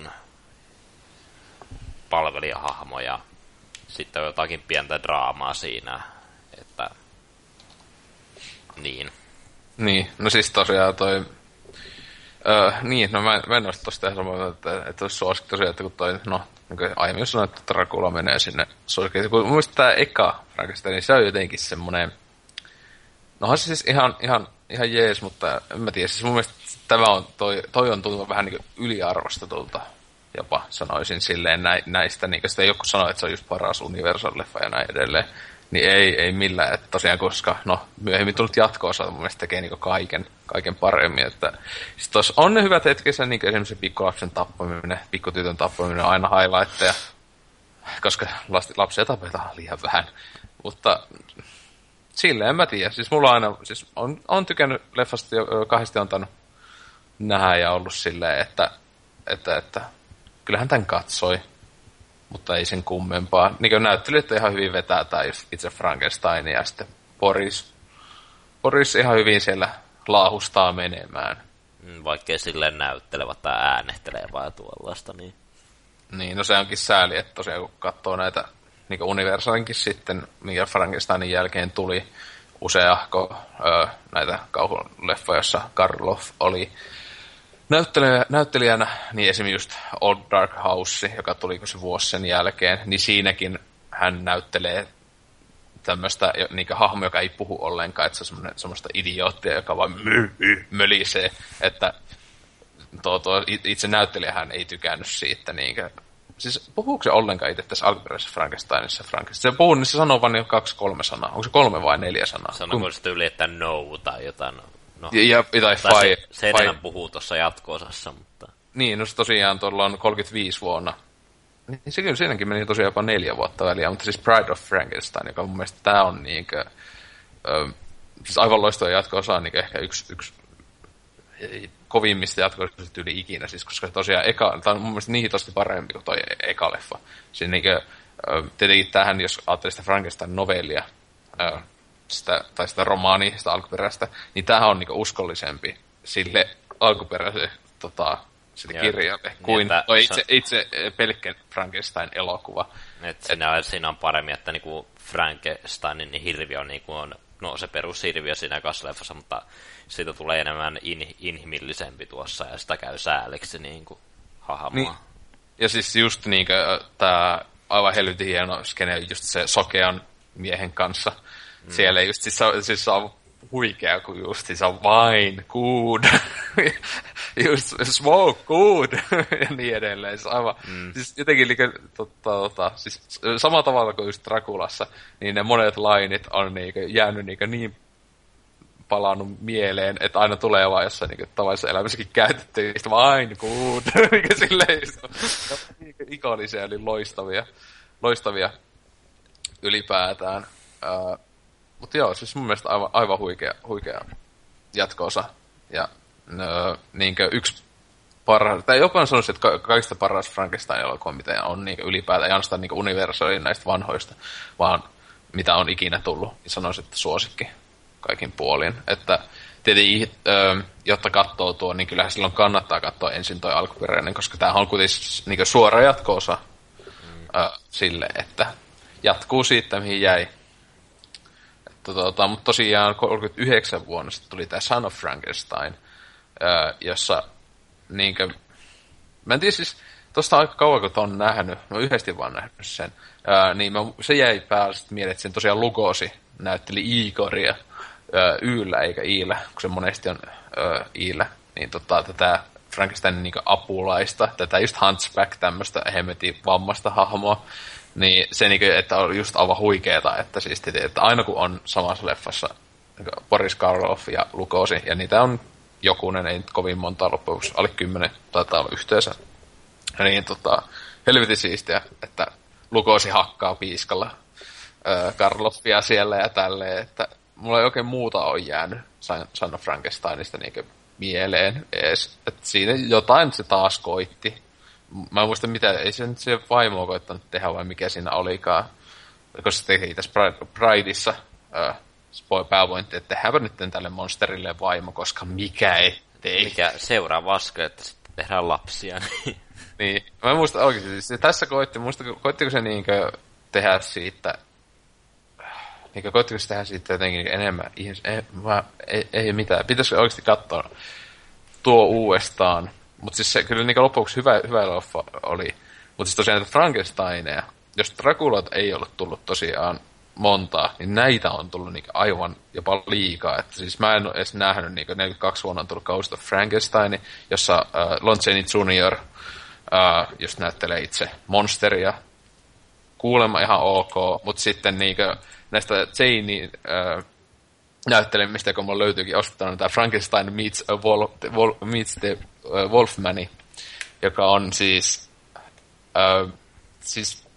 palvelijahahmo ja sitten on jotakin pientä draamaa siinä, että niin. Niin, no siis tosiaan toi Öö, niin, no mä, mä en olisi tosta ihan samaa, että, että olisi suosikki tosiaan, että kun toi, no, niin kuin aiemmin sanoin, että Dracula menee sinne suosikkiin. Kun mun mielestä tää eka Frankenstein, niin se on jotenkin semmonen, nohan se siis ihan, ihan, ihan jees, mutta en mä tiedä, siis mun mielestä tämä on, toi, toi on tuntunut vähän niin kuin yliarvostetulta, jopa sanoisin silleen nä, näistä, niin kuin sitä joku sanoi, että se on just paras Universal-leffa ja näin edelleen. Niin ei, ei millään, että tosiaan, koska no, myöhemmin tullut jatko-osa mun mielestä tekee niinku kaiken, kaiken paremmin, että sit tos on ne hyvät hetkessä, niinku esimerkiksi pikkulapsen tappaminen, pikkutytön tappaminen on aina highlightteja, koska lapsia tapetaan liian vähän, mutta silleen en mä tiedä, siis mulla aina, siis on, on tykännyt leffasta jo kahdesti on tainnut nähdä ja ollut silleen, että, että, että kyllähän tän katsoi. Mutta ei sen kummempaa. Niin kuin näyttelijät ihan hyvin vetää tai itse Frankenstein ja sitten Boris. Boris ihan hyvin siellä laahustaa menemään. Vaikkei silleen näyttelevät tai äänettelee vai tuollaista, niin... Niin, no se onkin sääli, että tosiaan kun katsoo näitä niin kuin Universalinkin sitten, mikä Frankensteinin jälkeen tuli useahko öö, näitä kauhuleffoja, jossa Karloff oli Näyttelijä, näyttelijänä, niin esimerkiksi just Old Dark House, joka tuli se vuosi sen jälkeen, niin siinäkin hän näyttelee tämmöistä niin hahmo, joka ei puhu ollenkaan, että se on semmoista idioottia, joka vaan mö, mö, mölisee, että tuo, tuo, itse näyttelijähän ei tykännyt siitä. Niin kuin, siis puhuuko se ollenkaan itse tässä alkuperäisessä Frankensteinissa? Frankenstein? Se puhuu, niin se sanoo vaan kaksi kolme sanaa. Onko se kolme vai neljä sanaa? Sanoiko sitten yli, että no tai jotain... No, ja, tai tai fi, se, se enemmän puhuu tuossa jatko-osassa, mutta... Niin, no se tosiaan tuolla on kolmekymmentäviisi vuonna. Niin se kyllä siinäkin meni tosiaan jopa neljä vuotta väliä, mutta siis Pride of Frankenstein, joka mun mielestä tää on niinkö... Ö, siis aivan loistava jatko-osa on niin ehkä yksi, yksi kovimmista jatko-osista yli ikinä, siis koska tosiaan eka, tämä on mun mielestä niin tosti parempi kuin toi eka leffa. Siinä niin kuin, tietenkin tähän, jos ajattelee sitä Frankenstein-novellia, sitä, tai sitä romaania, sitä alkuperäistä, niin tämähän on niin kuin uskollisempi sille alkuperäiselle tota, sille kirjalle, kuin niin, toi itse, itse pelkkä Frankenstein-elokuva. Et siinä, Et, siinä on paremmin, että niinku Frankensteinin niin hirviö on, niinku on no se perushirviö siinä kasleffassa, mutta siitä tulee enemmän in, inhimillisempi tuossa, ja sitä käy sääliksi niinku hahmoa. Niin. Ja siis just niinku tää aivan helvetin hieno skene just se sokean miehen kanssa. Mm. Siellä just siis, siis on huikea, kun just siis on vain good. just smoke good. ja niin edelleen. Siis aivan, mm. siis jotenkin liikä, tota, tota, siis samalla tavalla kuin just Draculassa, niin ne monet lainit on niinku jäänyt niinku niin palannut mieleen, että aina tulee vaan jossain niinku tavallisessa elämässäkin käytetty, just vain good. Mikä silleen just niinku ikonisia, eli loistavia, loistavia ylipäätään. Uh, Mutta joo, siis mun mielestä aivan, aivan huikea, huikea jatko-osa. Ja no, niinkö yksi parhaista, tai jopa sanoisin, että ka- kaikista paras Frankenstein-elokuva, mitä on niinkö ylipäätään, ei ainoastaan niinkö universaalin näistä vanhoista, vaan mitä on ikinä tullut, niin sanoisin, että suosikki kaikin puolin. Että tietenkin, jotta katsoo tuo, niin kyllähän silloin kannattaa katsoa ensin toi alkuperäinen, koska tämähän on kuitenkin niinkö suora jatko-osa mm. ö, sille, että jatkuu siitä, mihin jäi. Tota, mutta tosiaan kolmekymmentäyhdeksän vuonna sitten tuli tämä Son of Frankenstein, ää, jossa niinkö, mä en tiedä siis, tosta aika kauan kun ton nähnyt, mä oon yhdesti vaan nähnyt sen, ää, niin mä, se jäi päälle sitten mieleen, että sen tosiaan Lugosi näytteli Igoria ää, Yllä eikä Iillä, kun se monesti on ää, Iillä, niin tota, tätä Frankensteinin niinkö apulaista, tätä just Hunchback, tämmöistä hemmetin vammasta hahmoa, niin se, että on just aivan huikeeta, että, siis, että aina kun on samassa leffassa Boris Karloff ja Lugosi, ja niitä on jokunen, ei nyt kovin monta loppujen, alle kymmenen taitaa olla yhteensä. Niin tota, helvetin siistiä, että Lugosi hakkaa piiskalla äh, Karloffia siellä ja tälleen, että mulla ei oikein muuta ole jäänyt Son of Frankensteinista niin mieleen ees. Että siinä jotain se taas koitti. Mä en muista mitä, ei se nyt se vaimoa koittanut tehdä vai mikä siinä olikaan. Koska se teki tässä Prideissa äh, pääpointti, että tehdäänpä nyt tälle monsterille vaimo, koska mikä ettei. Mikä seuraava askel, että sitten tehdään lapsia. Niin, mä en muista oikein, siis tässä koitti, muista, koittiko se niinkö tehdä siitä, niinkö koittiko se tehdä siitä jotenkin enemmän, ei, mä, ei, ei mitään, pitäisikö oikeasti katsoa tuo uudestaan. Mutta siis se kyllä niin lopuksi hyvä, hyvä leffa oli. Mutta siis tosiaan Frankensteineja, jos Draculat ei ollut tullut tosiaan montaa, niin näitä on tullut niin aivan jopa liikaa. Että siis mä en ole edes nähnyt, niin neljäkymmentäkaksi vuonna on tullut Ghost of Frankenstein, jossa äh, Lon Chaney junior äh, just näyttelee itse monsteria. Kuulemma ihan ok, mutta sitten niin näistä Chaney äh, näyttelemistä, kun mulla löytyykin ostettuna tämä Frankenstein meets, a Wolf, Wolf, meets the uh, Wolfman, joka on siis, uh, siis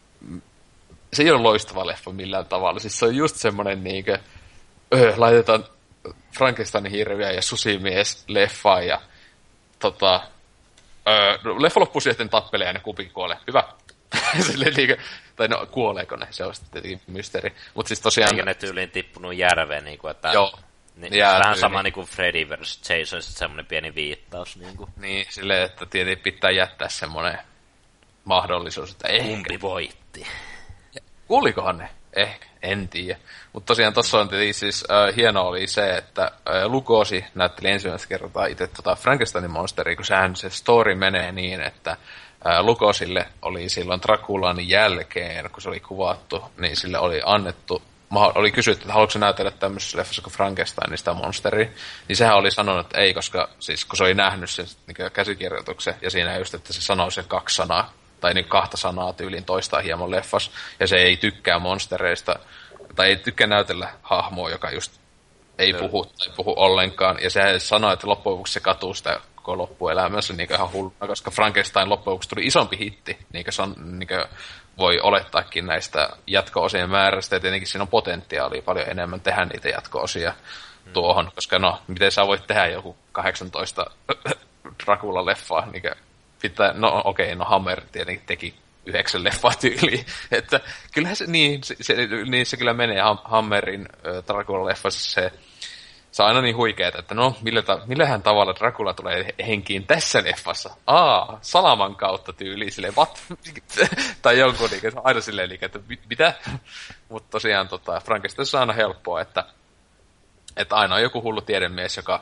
se ei ole loistava leffa millään tavalla. Siis se on just semmoinen niinkö, öö, laitetaan Frankensteinin hirviä ja susimies leffaan ja tota, öö, leffa loppuu sitten tappelee ja ne kupikin kuolee. Hyvä. Silleen niinkö, tai no, kuoleeko ne, se on sitten tietenkin mysteeri. Mut siis tosiaan... Eikä ne tyyliin tippunut järveen, niinku, että... Joo. Niin, vähän tyyli. Sama niinku Freddy versus. Jason, semmoinen pieni viittaus. Niinku. Niin, silleen, että tietenkin pitää jättää semmoinen mahdollisuus, että ehkä... Kumpi voitti? Kuulikohan ne? Ehkä, en tiedä. Mutta tosiaan tuossa on tietenkin siis äh, hienoa oli se, että äh, Lugosi näytteli ensimmäistä kertaa itse tota Frankensteinin monsteria, kun sehän se story menee niin, että äh, Lugosille oli silloin Draculan jälkeen, kun se oli kuvattu, niin sille oli annettu, oli kysytty, että haluatko näytellä tämmöisessä leffassa kuin Frankensteinista monsteria, niin sehän oli sanonut, että ei, koska siis kun se oli nähnyt sen niin käsikirjoituksen, ja siinä just, että se sanoi sen kaksi sanaa, tai niin kahta sanaa tyyliin toistaa hieman leffas, ja se ei tykkää monstereista, tai ei tykkää näytellä hahmoa, joka just ei no. puhu tai puhu ollenkaan, ja se sanoi, että loppujen lopuksi se katuu sitä koko loppuelämässä niin ihan hulluna, koska Frankenstein loppujen lopuksi tuli isompi hitti, niin kuin, on, niin kuin voi olettaakin näistä jatko-osien määrästä, ja tietenkin siinä on potentiaalia paljon enemmän tehdä niitä jatko-osia, tuohon, koska no, miten sä voit tehdä joku kahdeksantoista Dracula-leffaa, niin pitää, no okei, okay, no Hammer tietenkin teki yhdeksän leffaa tyyliin, että kyllähän se, niin se, se, niin se kyllä menee Hammerin äh, Dracula-leffassa se, se on aina niin huikeeta, että no, millä ta, millähän tavalla Dracula tulee henkiin tässä leffassa? Aa, salaman kautta tyyliin, silleen, what? Tai jonkun, niin, se on aina silleen, että mitä? Mutta tosiaan tota, Frankensteinissa on aina helppoa, että, että aina on joku hullu tiedemies, joka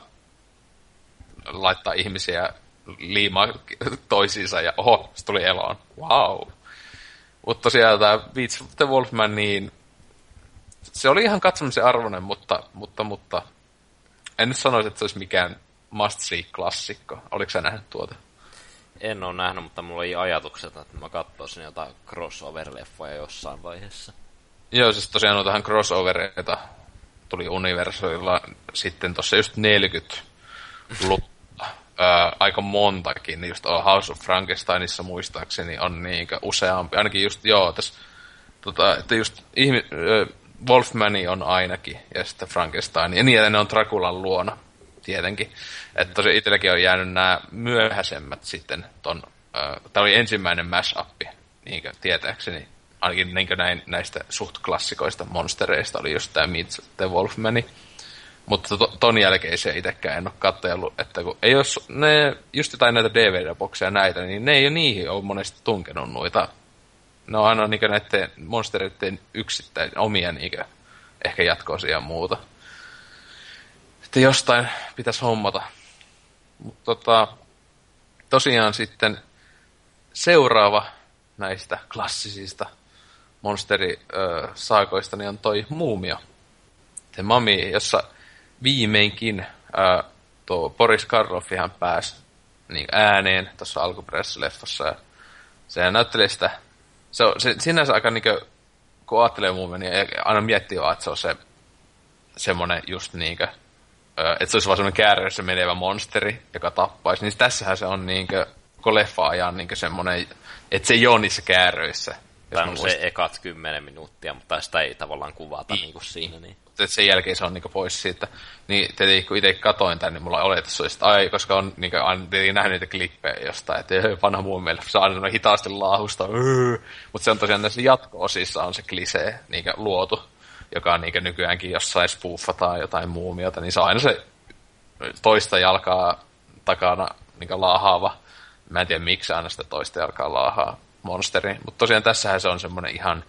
laittaa ihmisiä liimaa toisiinsa ja oho, se tuli eloon. Wow. Mutta tosiaan tämä Beats of the Wolfman, niin se oli ihan katsomisen arvoinen, mutta, mutta, mutta en nyt sanoisi, että se olisi mikään must-see-klassikko. Oliko sä nähnyt tuota? En ole nähnyt, mutta mulla oli ajatukset, että mä katsoisin jotain crossover-leffoja jossain vaiheessa. Joo, siis tosiaan noitahan crossovereita tuli Universalilla sitten tuossa just neljäkymmentäluvulta. Ää, aika montakin, just House of Frankensteinissa muistaakseni on niinkä useampi, ainakin just, joo, tässä, tota, että just ihmi, äh, Wolfmani on ainakin, ja sitten Frankenstein, ja niin, että ne on Draculan luona, tietenkin. Että tosi itselläkin on jäänyt nämä myöhäisemmät sitten ton, äh, tämä oli ensimmäinen mash-up, niinkö, tietääkseni, ainakin niinkö näin, näistä suht klassikoista monstereista oli just tämä Meet the Wolfmani. Mutta to, ton jälkeen se itsekään en ole katsellut, että kun ei jos ne, just jotain näitä D V D-bokseja näitä, niin ne ei ole niihin ole monesti tunkenut noita. Ne on aina niinkö näiden monstereiden yksittäin omia niinkö ehkä jatko-osia ja muuta. Sitten jostain pitäisi hommata. Mutta tota, tosiaan sitten seuraava näistä klassisista monsterisaakoista niin on toi Muumio. The Mummy, jossa viimeinkin ää, tuo Boris Karloffihan pääsi niin ääneen tuossa alkuperäisessä leffassa. Ja se näyttelee sitä, se on se, sinänsä aika niinkö, kun ajattelee Muumia, niin aina miettii vaan, että se on se semmonen just niinkö, että se olisi vaan semmonen käärössä menevä monsteri, joka tappaisi. Niin tässähän se on niinkö, koko leffa ajan niinkö semmonen, että se ei ole niissä kääröissä. Tai on se ekat kymmenen minuuttia, mutta sitä ei tavallaan kuvata niin, niinku siinä. Niin. Että sen jälkeen se on niinku pois siitä. Niin tietenkin kun itse katoin tän, niin mulla oletus oli, että ai, koska on niinku, aina nähnyt niitä klippejä jostain, että vanha muun mielestä se on aina hitaasti laahusta. Mutta se on tosiaan näissä jatko-osissa on se klisee niinku luotu, joka on niinku nykyäänkin jossain spoofataan jotain muumiota, niin se on aina se toista jalkaa takana niinku laahaava. Mä en tiedä miksi aina sitä toista jalkaa laahaa monsteri. Mutta tosiaan tässähän se on semmoinen ihan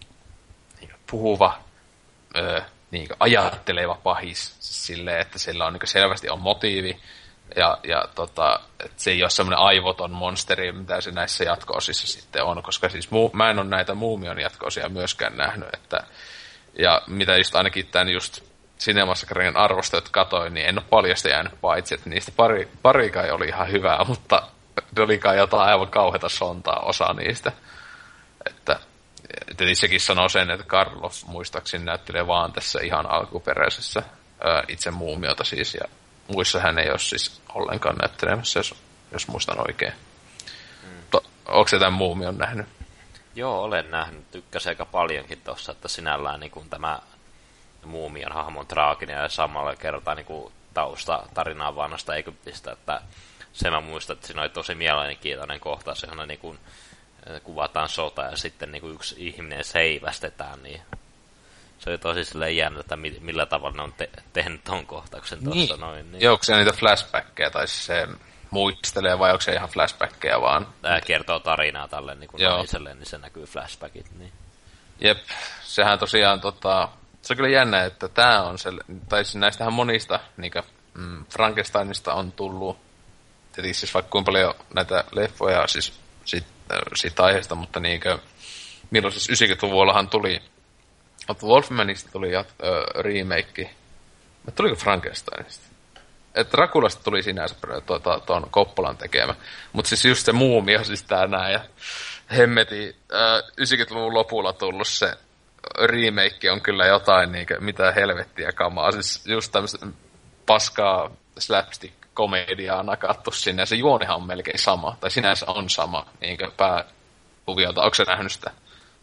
niin puhuva, öö, niin ajatteleva pahis. Siis silleen, että sillä on niin selvästi on motiivi. Ja, ja tota, että se ei ole semmoinen aivoton monsteri, mitä se näissä jatko-osissa sitten on. Koska siis muu, mä en ole näitä Muumion jatko-osia myöskään nähnyt. Että, ja mitä just ainakin tämän just Cinemassacren arvostajat katoin, niin en ole paljasta jäänyt paitsi. Että niistä pari, pari kai oli ihan hyvää, mutta ne olikaan jotain aivan kauheata sontaa osa niistä. Että, että itsekin sanoo sen, että Karloff muistaakseni näyttelee vaan tässä ihan alkuperäisessä ää, itse Muumiota siis. Ja muissa hän ei ole siis ollenkaan näyttelemässä, jos, jos muistan oikein. Mm. To, onko se tämän Muumion nähnyt? Joo, olen nähnyt. Tykkäsin aika paljonkin tuossa, että sinällään niin kuin tämä Muumion hahmon traaginen ja samalla kertaa niin kuin tausta tarinaa vanhasta Egyptistä, että se mä muistan, että siinä oli tosi mielenkiintoinen kohtaus, johon niin kuin kuvataan sota ja sitten niin kuin yksi ihminen seivästetään, niin se oli tosi silleen jännä, että millä tavalla ne on te- tehnyt ton kohtauksen tuossa niin. noin. Niin. Joo, onko se niitä flashbackkejä, tai se muistelee, vai onko se ihan flashbackkejä vaan? Tämä kertoo tarinaa tälle niin kuin naiselle, niin se näkyy flashbackit. Niin. Jep, sehän tosiaan, tota, se on kyllä jännä, että tää on se, tai siis näistähän monista, niin kuin, mm, Frankensteinista on tullut, tietysti siis vaikka kuinka paljon näitä leffoja siis siitä, siitä aiheesta, mutta niinkö, milloin siis yhdeksänkymmentäluvullahan tuli, mutta Wolfmanista tuli jat, ö, remake, mutta tuliko Frankensteinista? Että Draculasta tuli sinänsä tuon to, Koppolan tekemä, mutta siis just se Muumio, siis tää nää, ja hemmeti ö, yhdeksänkymmentäluvun lopulla tullut se remake on kyllä jotain niinkö, mitä helvettiä kamaa, siis just tämmöistä paskaa slapstick-komediaa nakattu sinne, ja se juonihan on melkein sama, tai sinänsä on sama, niinkö pääkuviota. Onko se nähnyt sitä?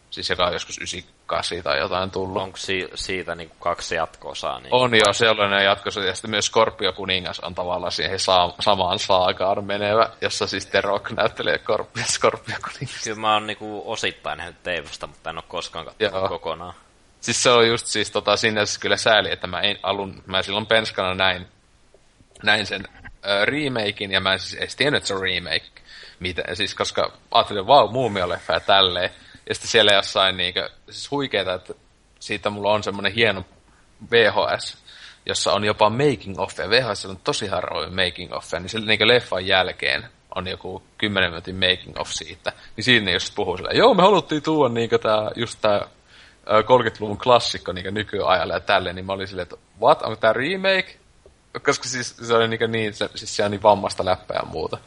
Siis joka on joskus yhdeksänkymmentäkahdeksan tai jotain tullut. Onko si- siitä niinku kaksi jatko-osaa? Niin on joo, sellainen jatko-osa. Ja sitten myös Scorpio Kuningas on tavallaan siihen sa- samaan saakaan menevä, jossa siis The Rock näyttelee Scorpio, Scorpio Kuningas. Kyllä mä oon niinku osittain nähnyt T V:stä, mutta en oo koskaan katsonut kokonaan. Siis se on just siis tota, sinne siis kyllä sääli, että mä en alun, mä silloin penskana näin, näin sen äh, remakein, ja mä en siis edes tiennyt, että se on remake. Mitä, siis koska ajattelin, vau, Muumio-leffa ja tälleen. Ja sitten siellä jossain niinkö, siis huikeeta, että siitä mulla on semmonen hieno V H S, jossa on jopa making of, ja V H S on tosi harvoin making of, niin se niinkö leffan jälkeen on joku kymmenen minuutin making of siitä. Niin siinä just puhuu silleen, joo, me haluttiin tuoda niinkö tää, just tää kolmekymmentäluvun klassikko niinkö nykyajalle ja tälleen, niin mä olin silleen, että what, onko tää remake? Koska siis se oli niinkö niin, se, siis se on niin vammasta läppää ja muuta.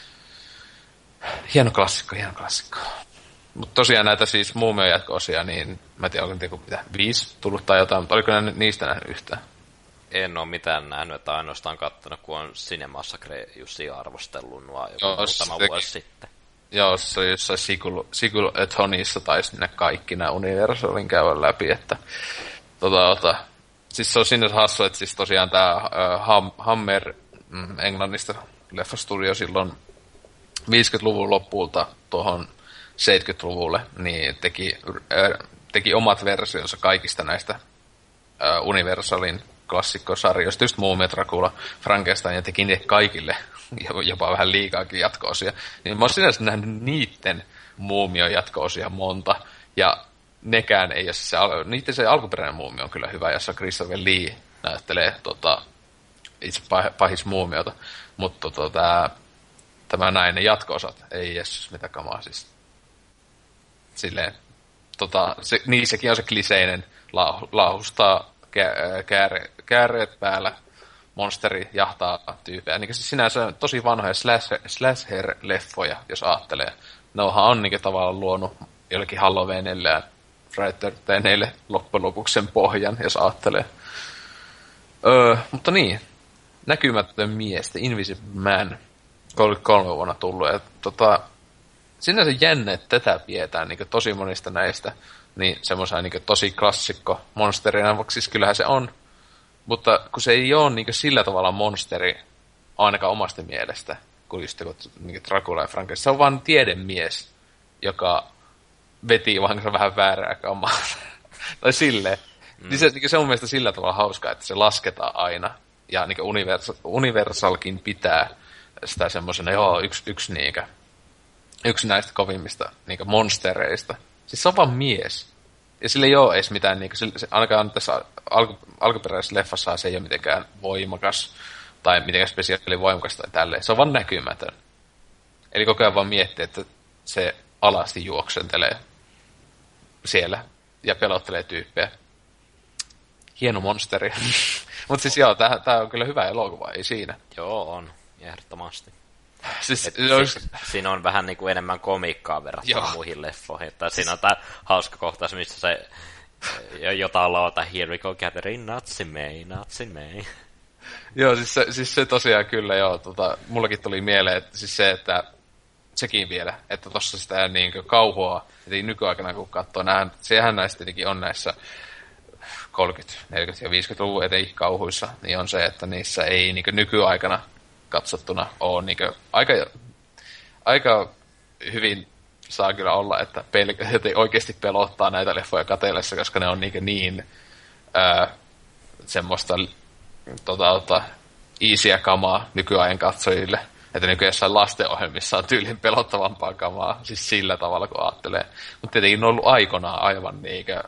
Hieno klassikko, hieno klassikko. Mutta tosiaan näitä siis Muumio jatko-osia, niin mä en tiedä, onko niitä mitä, viisi tullut tai jotain, mutta oliko ne niistä nähnyt yhtään? En oo mitään nähnyt, että ainoastaan kattonut, kun on Cinemassacre Jussi arvostellut nuo joku Joo, muutama se, vuosi sitten. Joo, se on jossain Sigul et Honissa taisi ne kaikki nämä Universalin käydä läpi, että tota, ota, siis se on sinne hassu, että siis tosiaan tää uh, Ham, Hammer mm, Englannista leffastudio silloin viisikymmentäluvun loppuulta tuohon seitsemänkymmentäluvulle, niin teki, äh, teki omat versionsa kaikista näistä äh, Universalin klassikkosarjoista, just Muumio, Dracula, Frankenstein, ja teki ne kaikille, jopa vähän liikaakin jatko-osia. Niin mä oon sinänsä nähnyt niitten Muumion jatko-osia monta, ja nekään ei ole se, niitten se alkuperäinen Muumio on kyllä hyvä, jossa Christopher Lee näyttelee tota, itse pah- pahis Muumiota, mutta tota, tämä näin, ne jatko-osat, ei jessus, mitä kamaa siis. Silleen, tota, se, niin sekin on se kliseinen, lau, lauhustaa kä, kääre, kääreet päällä, monsteri jahtaa tyypejä. Niin siis sinänsä on tosi vanhoja slasher-leffoja, jos ajattelee. Nehän on niin tavallaan luonut jollekin Halloweenille ja Friday loppujen lopuksi sen pohjan, jos ajattelee. Öö, mutta niin, näkymätön mies, The Invisible Man, kolmekymmentäkolme vuonna tullut. Ja, tota, sinänsä jännä, että tätä pidetään niin tosi monista näistä, niin semmoisena niin tosi klassikko monsterina, vaikka siis kyllähän se on. Mutta kun se ei ole niin sillä tavalla monsteri, ainakaan omasta mielestä, kuin just niin Dracula ja Frankenstein. Se on vaan tiedemies, joka veti vaan vähän väärää kamaa. tai silleen. Mm. Niin se, niin se on mielestäni sillä tavalla hauskaa, että se lasketaan aina. Ja niin Universal, Universalkin pitää sitä semmoisena, joo, yksi, yksi, niinkä, yksi näistä kovimmista niinkä monstereista. Siis se on vaan mies. Ja sillä ei ole edes mitään, niinkä, se, ainakaan tässä alku, alkuperäisessä leffassa se ei ole mitenkään voimakas, tai mitenkään spesiaali voimakas tai tälleen. Se on vaan näkymätön. Eli koko ajan vaan miettii, että se alasti juoksentelee siellä ja pelottelee tyyppejä. Hieno monsteri. Mutta siis joo, tää, tää on kyllä hyvä elokuva, ei siinä. Joo, on. Ehdottomasti. Siis, Et jos... si- siinä on vähän niinku enemmän komiikkaa verrattuna joo. muihin leffoihin. Että siinä on tää hauska kohtaus, missä se jotain lauta, here we go gathering, nuts in May, nuts in May. Joo, siis se, siis se tosiaan kyllä joo, tota, mullakin tuli mieleen, että siis se, että sekin vielä, että tossa sitä niinkö kauhua, että nykyaikana kun katsoo, näähän, sehän näistä tietenkin on näissä kolmekymmentä-, neljäkymmentä- ja viisikymmentäluvun etenkin kauhuissa, niin on se, että niissä ei niinkö nykyaikana katsottuna ole niinkö aika, aika hyvin saa kyllä olla, että pelk- oikeasti pelottaa näitä leffoja katsellessa, koska ne on niinkö niin ää, semmoista tota, tota, easyä kamaa nykyajan katsojille. Että niin kuin jossain lastenohjelmissa on tyylin pelottavampaa kamaa, siis sillä tavalla kun ajattelee. Mutta tietenkin ne on ollut aikanaan aivan niinkö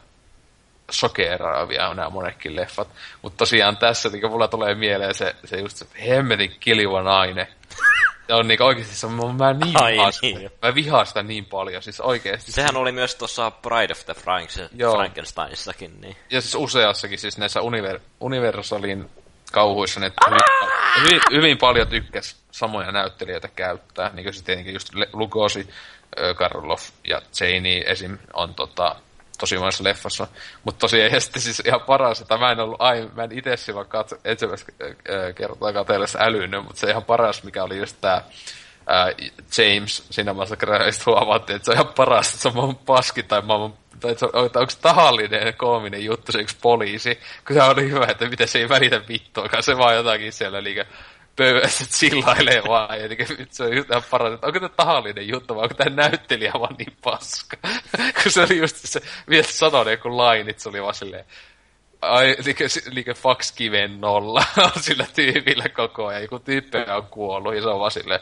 shokeeraavia nämä monetkin leffat. Mutta tosiaan tässä niin mulla tulee mieleen se, se just se hemmetin kiljuva nainen. Se on niinku oikeesti se, mä niin vihastan, niin. mä vihaan sitä niin paljon, siis oikeesti. Sehän oli myös tuossa Bride of the Frankensteinissakin, niin. Ja siis useassakin, siis näissä Univer- Universalin kauhuissa ne hyvin, hyvin, hyvin paljon tykkäs samoja näyttelijöitä käyttää. Niin kuin se tietenkin just Lugosi, Karloff ja Cheney esim. On tota, tosi monessa leffassa. Mutta tosiaan ja sitten siis ihan paras, että mä en ollut aina, mä en itse silloin katso, ensimmäistä kertaa katsellessa älynyt, mutta se ihan paras, mikä oli just tää ää, James siinä maassa, kun huomattiin, että se on ihan paras, että se on maailman paskin tai maailman tai että onko se tahallinen koominen juttu se yksi poliisi, kun se oli hyvä, että mitä se ei välitä vittuakaan, se vaan jotakin siellä liikä pöydässä chillailee vaan, ja se on just ihan paras, että onko tämä tahallinen juttu, vai onko tämä näyttelijä vaan niin paska, kun se oli just se, vielä sanoi ne kun lainit, se oli vaan silleen, ai, liike, liike fax kiven nolla on sillä tyypillä koko ajan, joku tyyppi on kuollut, ja se on vaan silleen,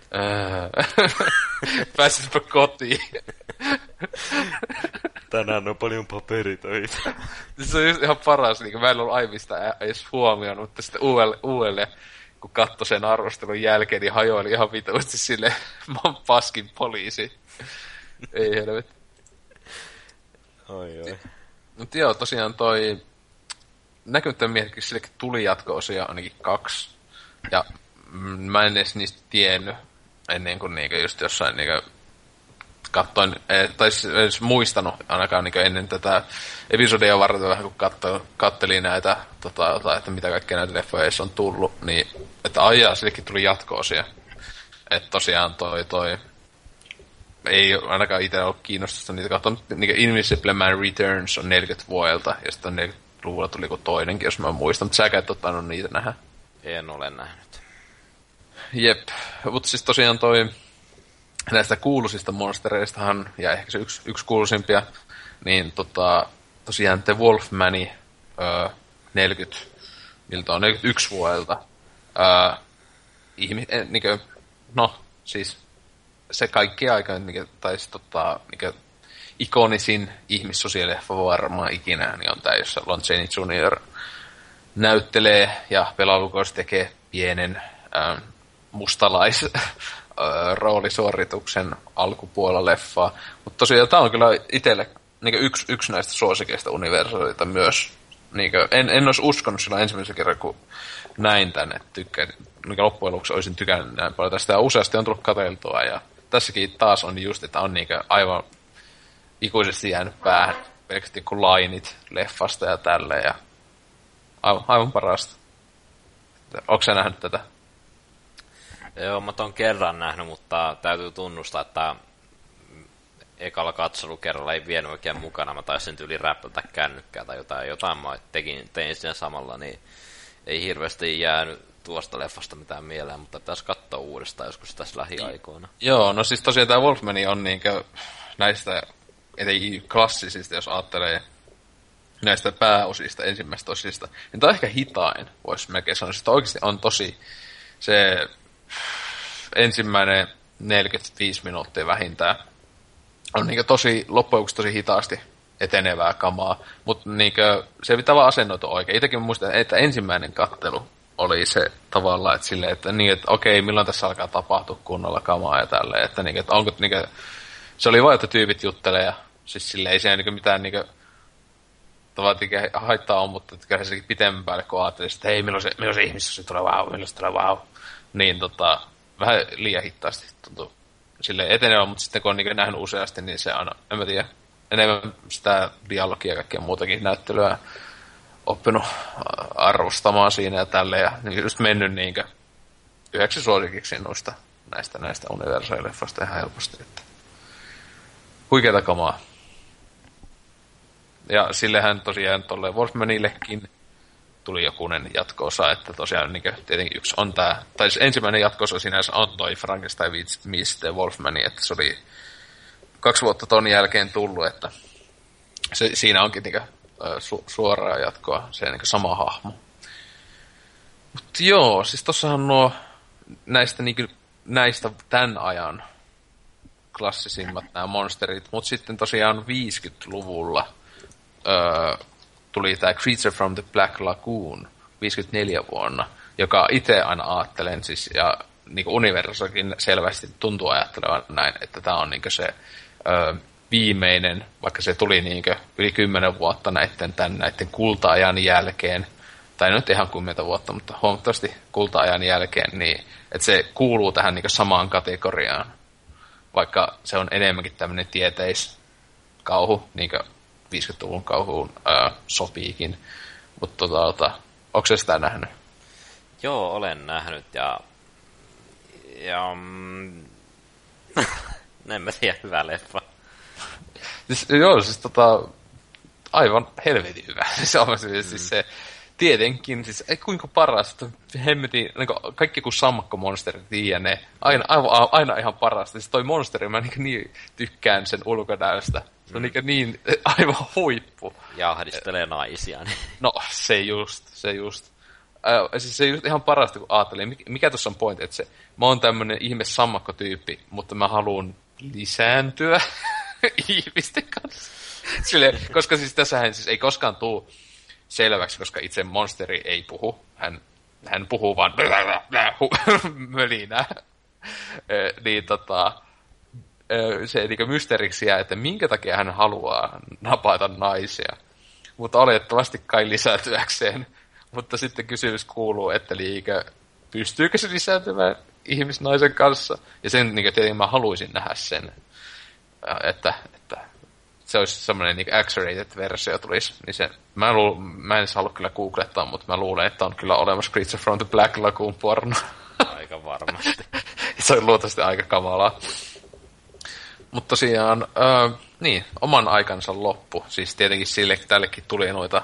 pääsispä kotiin. Tänään on paljon paperitöitä. Se on just ihan paras, niin mä en ollut aiemmin sitä edes huomioon, mutta sitten uudelle, uudelle kun katsoi sen arvostelun jälkeen, niin hajoili ihan vituusti silleen, mä oon paskin poliisi. Ei helvet. Oi oi. Mutta joo, tosiaan toi näkymättömän miehetkin sillekin tuli jatko-osia ainakin kaksi. Ja mä en edes niistä tiennyt ennen kuin niinku just jossain niinku katsoin, tai edes muistanut ainakaan niinku ennen tätä episodia varten vähän kun katso, kattelin näitä, tota, että mitä kaikkea näitä leffoja on tullut, niin että aijaa, sillekin tuli jatko-osia. Että tosiaan toi, toi ei ainakaan itse ollut kiinnostusta niitä katsoa. Niinku Invisible Man Returns on neljäkymmentä vuodelta, ja sitten neljäkymmentäluvulla tuli kuin toinenkin, jos mä muistan, mutta säkään et ottanut niitä nähdä. En ole nähnyt. Jep, mutta siis tosiaan toi näistä kuuluisista monstereistahan, ja ehkä se yksi, yksi kuuluisimpia, niin tota, tosiaan The Wolfmani öö, neljäkymmentä, miltä on neljäkymmentäyksi vuodelta. Öö, ihmi, eh, niinkö, no, siis se kaikki aika, niinkö, tai siis tota, niinkö, ikonisin ihmissosiaalileffa varmaan ikinä, niin on tää, jossa Lon Chaney juniori näyttelee ja pelaalukoissa tekee pienen öö, mustalais roolisuorituksen alkupuolella leffaa. Mutta tosiaan tämä on kyllä itselle niin yksi, yksi näistä suosikeista universaalita myös. Niin kuin, en, en olisi uskonut silloin ensimmäisen kerran, kun näin tän, että tykkään, niin loppujen lopuksi olisin tykännyt näin paljon tästä. Ja useasti on tullut katseltua ja tässäkin taas on just, että on niin aivan ikuisesti jäänyt päähän pelkästään kuin lainit leffasta ja tälleen. Ja aivan, aivan parasta. Onko sä nähnyt tätä? Joo, mä ton kerran nähnyt, mutta täytyy tunnustaa, että ekalla katselukerralla ei vienyt oikein mukana. Mä taisin tyyli räppätä kännykkää tai jotain, jotain mä tekin, tein siinä samalla, niin ei hirveästi jäänyt tuosta leffasta mitään mieleen, mutta pitäisi katsoa uudestaan joskus tässä lähiaikoina. Joo, no siis tosiaan tää Wolfmani on niinkö näistä, ettei klassisista, jos ajattelee näistä pääosista, ensimmäistä osista, niin tää on ehkä hitain, vois melkein sanoa. Siis oikeasti on tosi se ensimmäinen neljäkymmentäviisi minuuttia vähintään on niinkö tosi, loppujen lopuksi tosi hitaasti etenevää kamaa, mutta niinkö se pitää vaan asennoitua oikein. Itsekin muistan, että ensimmäinen kattelu oli se tavallaan, että silleen, että niin, että okei, milloin tässä alkaa tapahtua kunnolla kamaa ja tälleen, että niinkö, että onko niinkö, se oli vaan, että tyypit juttelee ja siis silleen ei se niinkö mitään niinkö tavallaan haittaa on, mutta kyllä sekin pitemmän päälle, kun ajattelin, että hei, milloin se, milloin se ihmisessä tulee wow, milloin se tulee wow. Niin tota, vähän liian hitaasti tuntuu silleen etenevä, mutta sitten kun on niin nähnyt useasti, niin se on, en mä tiedä, enemmän sitä dialogia ja kaikkea muutakin näyttelyä oppinut arvostamaan siinä ja tälleen, ja niin just mennyt niinkö yhdeksi suosikiksi noista näistä, näistä universaalileffasta ihan helposti, että huikeeta kamaa. Ja sillehän tosiaan tolle Wolfmanillekin tuli jokunen jatko-osa, että tosiaan niin tietenkin yksi on tää, tai siis ensimmäinen jatko-osa sinänsä on toi Frankenstein meets the Wolfman, että se oli kaksi vuotta ton jälkeen tullut, että se, siinä onkin niin su, suoraa jatkoa, se niin sama hahmo. Mutta joo, siis tossahan nuo näistä, niin näistä tämän ajan klassisimmat nämä monsterit, mutta sitten tosiaan viisikymmentäluvulla öö, tuli tämä Creature from the Black Lagoon viisikymmentäneljä vuonna, joka itse aina ajattelen siis, ja niin Universakin selvästi tuntuu ajattelevan näin, että tämä on niin se ö, viimeinen, vaikka se tuli niin yli kymmenen vuotta näiden, tämän, näiden kulta-ajan jälkeen, tai nyt ihan kymmenen vuotta, mutta huomattavasti kulta-ajan jälkeen, niin että se kuuluu tähän niin samaan kategoriaan, vaikka se on enemmänkin tämmöinen tieteiskauhu, niin kuin viisikymmentäluvun kauhuun ää, sopiikin. Mutta tota, tota, onko se sitä nähnyt? Joo, olen nähnyt ja... ja mm, en mä tiedä, hyvä leffa. Siis, joo, siis tota, aivan helvetin hyvä. Se on siis, mm. siis se, tietenkin, siis ei kuinka parasta, hemmetin, niin kaikki kuin sammakkomonsterit ja ne, aina, aina, aina ihan parasta. Siis toi monsteri, mä niin, niin tykkään sen ulkonäöstä. Se on mm. niin, niin aivan huippu. Jahdistelee naisia. Niin. No, se just, se just. Äh, siis se just ihan parasta, kun ajattelin, mikä, mikä tuossa on pointti, että se, mä oon tämmönen ihme sammakkotyyppi, mutta mä haluun lisääntyä ihmisten kanssa. Silleen, koska siis tässähän siis ei koskaan tuu selväksi, koska itse monsteri ei puhu. Hän, hän puhuu vaan mölinää. niin tota, se niin mysteeriksi jää, että minkä takia hän haluaa napata naisia. Mutta oletettavasti kai lisääntyäkseen. Mutta sitten kysymys kuuluu, että liikö, pystyykö se lisääntymään ihmisnaisen kanssa? Ja sen niin tietenkin mä haluaisin nähdä sen, että, että se olisi semmoinen niin X-rated-versio tulisi. Niin se, mä, luul, mä en edes halua kyllä googlettaa, mutta mä luulen, että on kyllä olemassa Creature from the Black Lagoon porno. Aika varmasti. Se on luultavasti aika kamalaa. Mutta tosiaan, äh, niin, oman aikansa loppu. Siis tietenkin sille, tällekin tuli noita,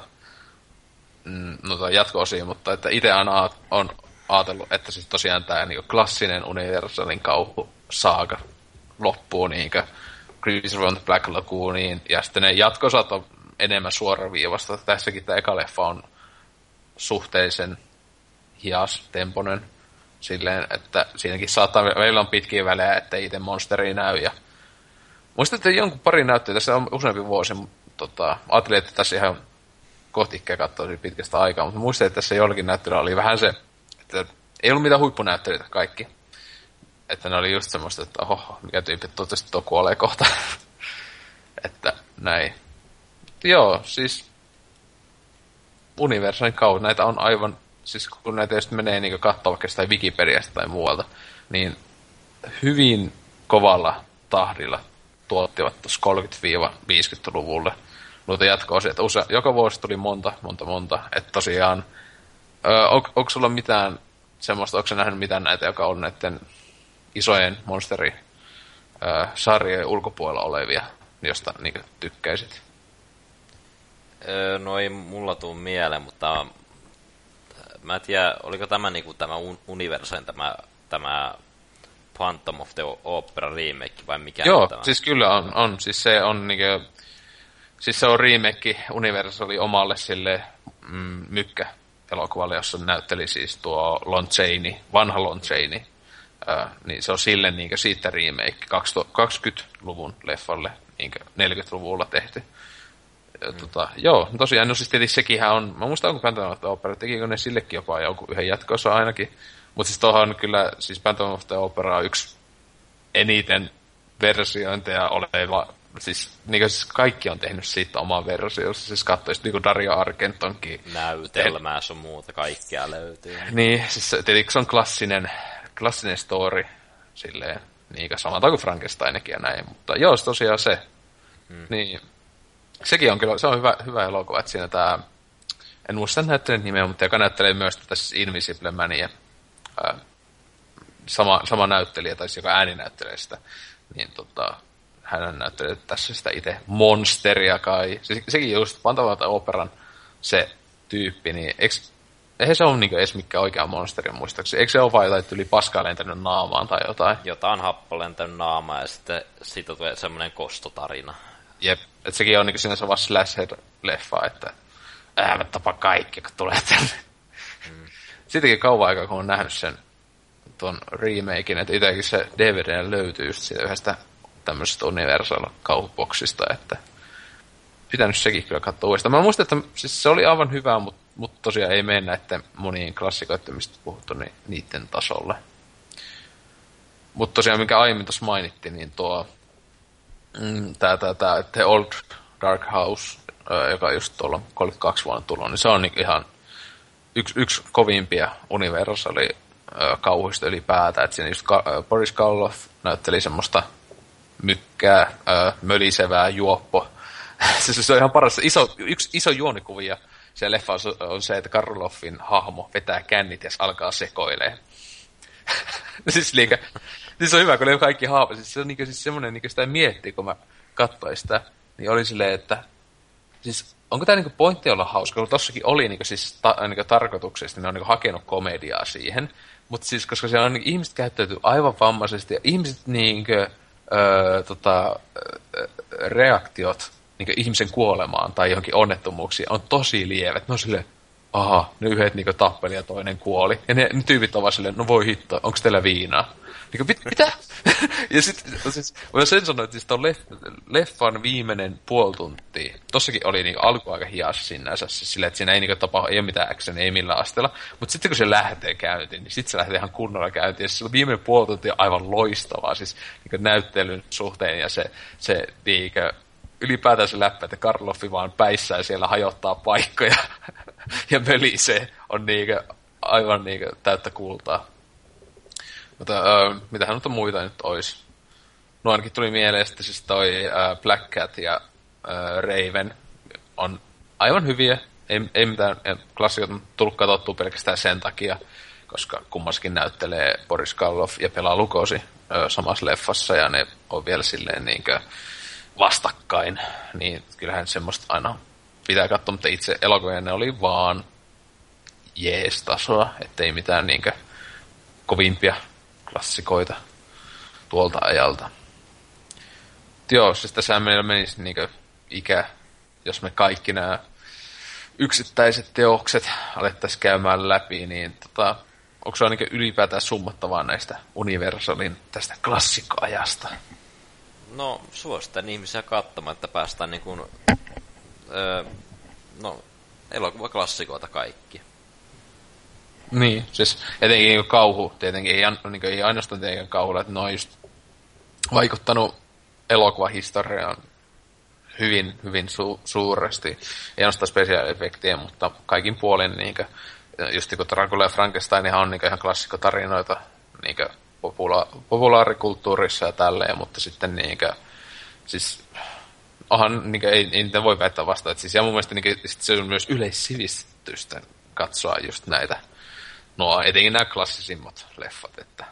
mm, noita jatko-osia, mutta että itse aina on ajatellut, että siis tosiaan tämä niin klassinen Universalin kauhusaaga loppuu niin Creature from the Black Lagooniin, ja sitten ne jatkosat on enemmän suoraviivasta. Tässäkin tämä eka leffa on suhteellisen hias, temponen, silleen, että siinäkin saattaa, meillä on pitkiä välejä, ettei itse monsteri näy, ja muistan, että jonkun pari näyttöä, tässä on useampi vuosi, mutta tota, ajattelin, että tässä ihan kohtikkeja katsoisin pitkästä aikaa, mutta muistan, että tässä jollakin näyttöllä oli vähän se, että ei ollut mitään huippunäyttelyitä kaikki. Että ne oli just semmoista, että oho, mikä tyyppi, toivottavasti tuo kuolee kohta. että näin. Joo, siis Universalin kautta näitä on aivan, siis kun näitä just menee niin katsoa vaikka sitä Wikipediasta tai muualta, niin hyvin kovalla tahdilla tuottivat tuossa kolmekymmentä-viisikymmentäluvulle noita jatko-osia. Että use, joka vuosi tuli monta, monta, monta. Että tosiaan, öö, on, onko sulla mitään semmoista, onko sä nähnyt mitään näitä, joka on näiden isojen monsterisarjojen ulkopuolella olevia, josta niin tykkäisit? Öö, no ei mulla tuu mieleen, mutta mä en tiedä, oliko tämä niinku tämä Universalin tämä, tämä Phantom of the Opera remake vai mikä? Joo, tämä? Siis kyllä on, on. Siis se on niinku, siis se on remake Universalin omalle sille mm, mykkä-elokuvalle, jossa näytteli siis tuo Lon Chaney, vanha Lon Chaney. Uh, niin se on sille niin siitä remake kaksikymmentäluvun leffalle niin neljäkymmentäluvulla tehty. Ja, mm. tota, joo, tosiaan, no siis tietysti sekinhän on, mä muistan, onko Phantom of the Opera, tekikö ne sillekin jopa joku yhden jatkossa ainakin. Mutta siis tuohon on kyllä, siis Phantom of the Opera on yksi eniten versiointeja oleva, siis, niin siis kaikki on tehnyt siitä omaa versiossa, siis katsoisit niin kuin Dario Argentonkin. Näytelmää sun muuta, kaikkea löytyy. Niin, siis tietenkin se on klassinen, klassinen story, silleen, niin samalta kuin Frankensteinikin ja näin, mutta joo, se tosiaan se. Hmm. Niin, sekin on kyllä, se on hyvä, hyvä elokuva, että siinä tää, en muista näyttelijän nimeä, mutta joka näyttelee myös tätä siis Invisible Mania, ää, sama, sama näyttelijä, tai siis joka ääni näyttelee sitä, niin tota, hän näyttelee tässä sitä itse monsteria kai, se, sekin just Phantom of the Operan se tyyppi, niin eikö eihän se ole niinku edes mikään oikea monsteri muistaakseni. Eikö se ole vain jotain yli paskaa lentänyt naamaan tai jotain? Jotain happo lentänyt naamaan ja sitten siitä tulee semmoinen kostotarina. Jep, että sekin on niinku sinänsä vaan slasher-leffa, että ää mä tapa kaikki, kun tulee tänne. Mm. Sittenkin kauan aikaa, kun on nähnyt sen tuon remakein, että itsekin se D V D löytyy just siitä yhdestä tämmöisestä Universal-kauhuboksista, että pitänyt sekin kyllä katsoa uudestaan. Mä muistan, että siis se oli aivan hyvä, mutta Mutta tosiaan ei mene näiden monien klassikoiden, mistä puhuttu, niin niiden tasolle. Mutta tosiaan, minkä aiemmin tuossa mainittiin, niin tuo mm, tää, tää, tää, The Old Dark House, ö, joka just tuolla on kolmekymmentäkaksi vuonna tullut, niin se on niin ihan yksi, yksi kovimpia Universali kauhuista ylipäätään. Että siinä just Ka- Boris Karloff näytteli semmoista mykkää, ö, mölisevää juoppo. se, se on ihan paras. Iso, yksi iso juonikuvia se leffa on se, että Karloffin hahmo vetää kännit ja alkaa sekoilee. siis, liikä, siis se on hyvä, kun ne on kaikki haapa. Siis se on niinku, siis semmoinen, niinku sitä miettii, kun mä katsoin sitä. niin oli silleen, että siis onko tää niinku pointti olla hauska, kun tossakin oli niinku siis ta, niinku tarkoituksesti, ne on niinku hakenut komediaa siihen, mutta siis koska siellä on niinku, ihmiset käyttäytyy aivan vammaisesti ja ihmiset niinku öö, tota, öö, reaktiot niinku ihmisen kuolemaan tai johonkin onnettomuuksiin on tosi lievät. Ne on silleen, aha, ne yhdet niinku tappeli ja toinen kuoli. Ja ne, ne tyypit ovat silleen, no voi hitto, onko teillä viinaa? Niinku, mit, mitä? Ja sitten siis, mä sen sanoin, että siis ton leff, leffan viimeinen puoli tuntia, tossakin oli niinku alkuaika hias sinänsä, siis silleen, että siinä ei niinku tapahdu, ei ole mitään action, ei millään asteella, mutta sitten kun se lähtee käyntiin, niin sitten se lähtee ihan kunnolla käyntiin, ja siis viimeinen puoli tuntia on aivan loistavaa, siis niinku näyttelyn suhteen, ja se, se niinku, ylipäätään se läppä, että Karloffi vaan päissään siellä hajottaa paikkoja, ja mölisee, on niinku, aivan niinku täyttä kultaa. Mutta äh, mitähän nyt on muita nyt ois? No ainakin tuli mieleen, että siis toi äh, Black Cat ja äh, Raven on aivan hyviä. Ei, ei mitään klassikot tullut katsottua pelkästään sen takia, koska kummaskin näyttelee Boris Karloff ja pelaa Lukosi äh, samassa leffassa ja ne on vielä silleen niinkö vastakkain. Niin kyllähän semmoista aina pitää katsoa, mutta itse elokuvia ne oli vaan jees-tasoa, ettei mitään niinkö kovimpia klassikoita tuolta ajalta. Joo, siis tässä meillä menisi niinkö ikä, jos me kaikki nämä yksittäiset teokset alettaisiin käymään läpi, niin tota, onko se niinkö ylipäätään summattavaa näistä Universalin tästä klassikkoajasta? No, suosittelen ihmisiä katsomaan, että päästään niin kuin, öö, no, elokuvaklassikoita kaikki. Niin, siis etenkin niin kauhu, tietenkin ei, niin ei ainoastaan tietenkään kauhulla, että ne on just vaikuttanut elokuvahistoriaan hyvin, hyvin su- suuresti. Ei ainoastaan special-efektejä, mutta kaikin puolin, niin kuin, just niin kuin Dracula ja Frankenstein on niin ihan klassikkotarinoita niin popula- populaarikulttuurissa ja tälleen, mutta sitten niin kuin, siis onhan, niin kuin, ei, ei niitä voi väittää vastaan. Siis, ja mun mielestä niin kuin, se on myös yleissivistystä katsoa just näitä. No, etenkin nämä klassisimmat leffat, että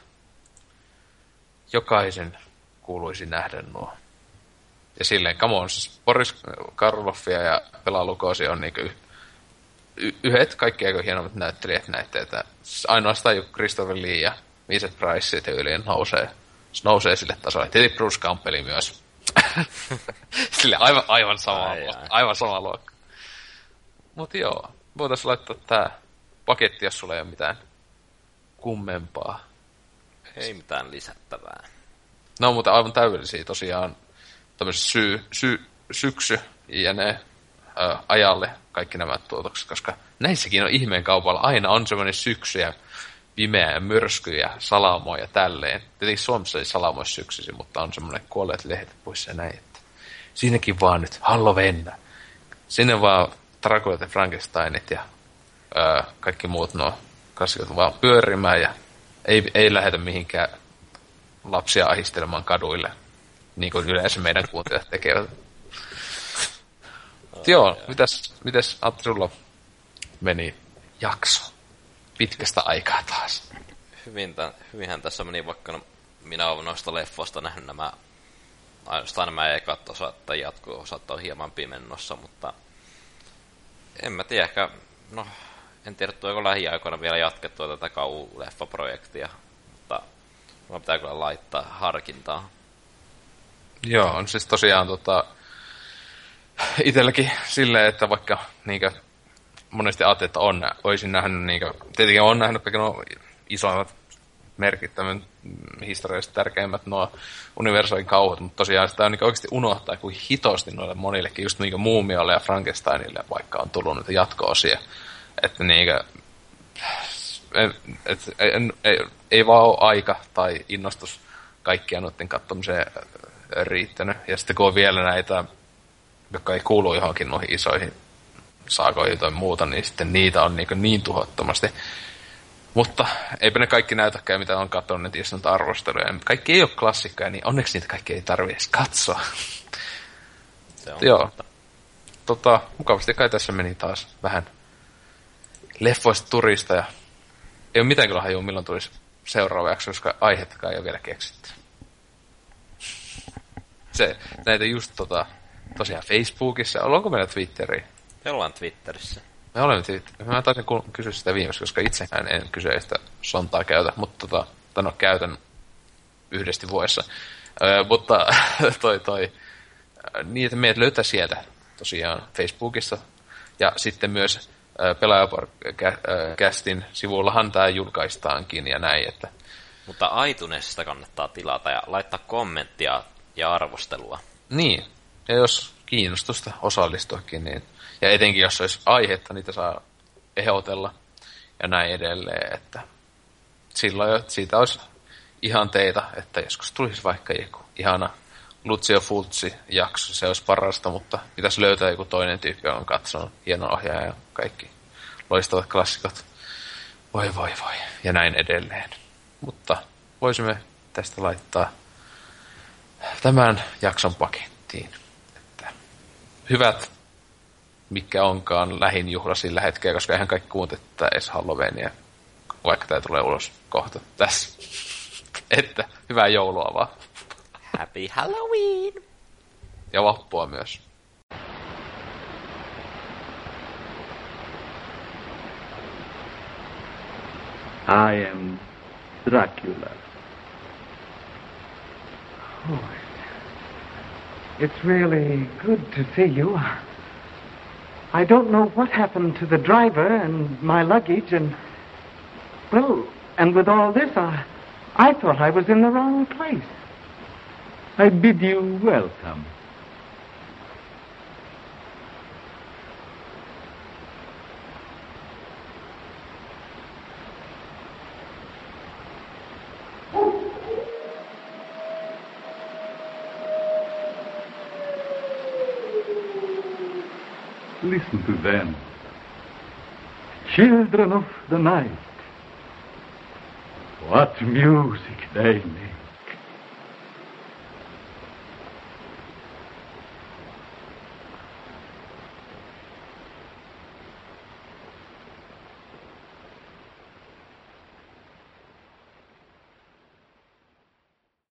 jokaisen kuuluisi nähdä nuo. Ja silleen, come on, siis Boris Karloffia ja Bela Lugosi on niinku y- yhdet kaikki aika hienommat näyttelijät näitä, että ainoastaan jo Christopher Lee ja Vincent Price tyyliin nousee, nousee sille tasolle. Tietysti Bruce Campbell myös. Sille aivan, aivan sama ai, luokka. Ai. Aivan sama luokka. Mut joo, voitais laittaa tää paketti, jos sulla ei ole mitään kummempaa. Ei mitään lisättävää. No, mutta aivan täydellisiä tosiaan tämmöisen syy, syy, syksy ja ne ö, ajalle kaikki nämä tuotokset, koska näissäkin on ihmeen kaupalla. Aina on semmoinen syksy ja pimeä ja myrsky ja salamoa ja tälleen. Tietenkin Suomessa ei salamoissa syksysi, mutta on semmoinen kuolleet lehdet poissa ja näin. Että siinäkin vaan nyt Halloween. Sinne vaan Draculat ja Frankensteinit ja Öö, kaikki muut nuo klassikot vaan pyörimään ja ei, ei lähetä mihinkään lapsia ahistelemaan kaduille, niin kuin yleensä meidän kuuntelijat tekevät. Oh, joo, yeah. mitäs, mitäs Antti, sulla meni jakso pitkästä aikaa taas? Hyvin tämän, hyvinhän tässä meni, vaikka no, minä olen noista leffoista nähnyt nämä, ainoastaan nämä ekat osat tai jatko-osat on hieman pimennossa, mutta en mä tiedä, ehkä, no en tiedä, tuoiko lähiaikoina vielä jatkettua tätä kauhuleffaprojektia, mutta mulla pitää kyllä laittaa harkintaa. Joo, on siis tosiaan tota, itselläkin silleen, että vaikka niinkö, monesti ajattelin, että on, olisin nähnyt, niinkö, tietenkin on nähnyt kaikki nuo isoimmat, merkittävät, historiallisesti tärkeimmät nuo Universalin kauhut, mutta tosiaan sitä on niinkö oikeasti unohtaa, kuin hitosti noille monillekin, just niinkö Muumiolle ja Frankensteinille, vaikka on tullut niitä jatko-osia. Että niinkö, et, ei, ei, ei vaan ole aika tai innostus kaikkia noiden katsomiseen riittänyt. Ja sitten kun on vielä näitä, jotka ei kuulu johonkin noihin isoihin saakoihin tai muuta, niin sitten niitä on niin, niin tuhottomasti. Mutta eipä ne kaikki näytäkään, mitä on katsonut ne tietysti arvosteluja. Kaikki ei ole klassikkoja, niin onneksi niitä kaikki ei tarvitse edes katsoa. Se on joo. Tota, mukavasti kai tässä meni taas vähän leffoista turista ja ei ole mitään kyllä hajua, milloin tulisi seuraava jakso, koska aihettakaan ei ole vielä keksitty. Se, näitä just tota, tosiaan Facebookissa. Onko meillä Twitteri? Me ollaan Twitterissä. Me olemme Twitterissä. Mä taisin kysyä sitä viimeksi, koska itsekään en kyseistä sontaa käytä, mutta tota, tai no käytän yhdesti vuodessa. Öö, mutta toi toi, niitä meidät löytää sieltä tosiaan Facebookissa. Ja sitten myös Pelaajakästin sivullahan tää julkaistaankin ja näin, että... Mutta iTunesista kannattaa tilata ja laittaa kommenttia ja arvostelua. Niin, ja jos kiinnostusta osallistuakin, niin... Ja etenkin jos olisi aihetta, niitä saa ehdotella ja näin edelleen, että... Silloin jo, siitä olisi ihanteita, että joskus tulisi vaikka joku ihana Lucio Fulci-jakso, se olisi parasta, mutta pitäisi löytää joku toinen tyyppi, joka on katsonut hieno ohjaaja ja kaikki loistavat klassikot. Voi voi voi, ja näin edelleen. Mutta voisimme tästä laittaa tämän jakson pakettiin. Että hyvät, mikä onkaan lähin juhla sillä hetkellä, koska eihän kaikki kuuntele tätä edes Halloweenia, vaikka tämä tulee ulos kohta tässä. Että hyvää joulua vaan. Happy Halloween! Ja vappua myös. I am Dracula. Oh, it's really good to see you. I don't know what happened to the driver and my luggage and... Well, and with all this, I, I thought I was in the wrong place. I bid you welcome. Listen to them. Children of the night. What music they make.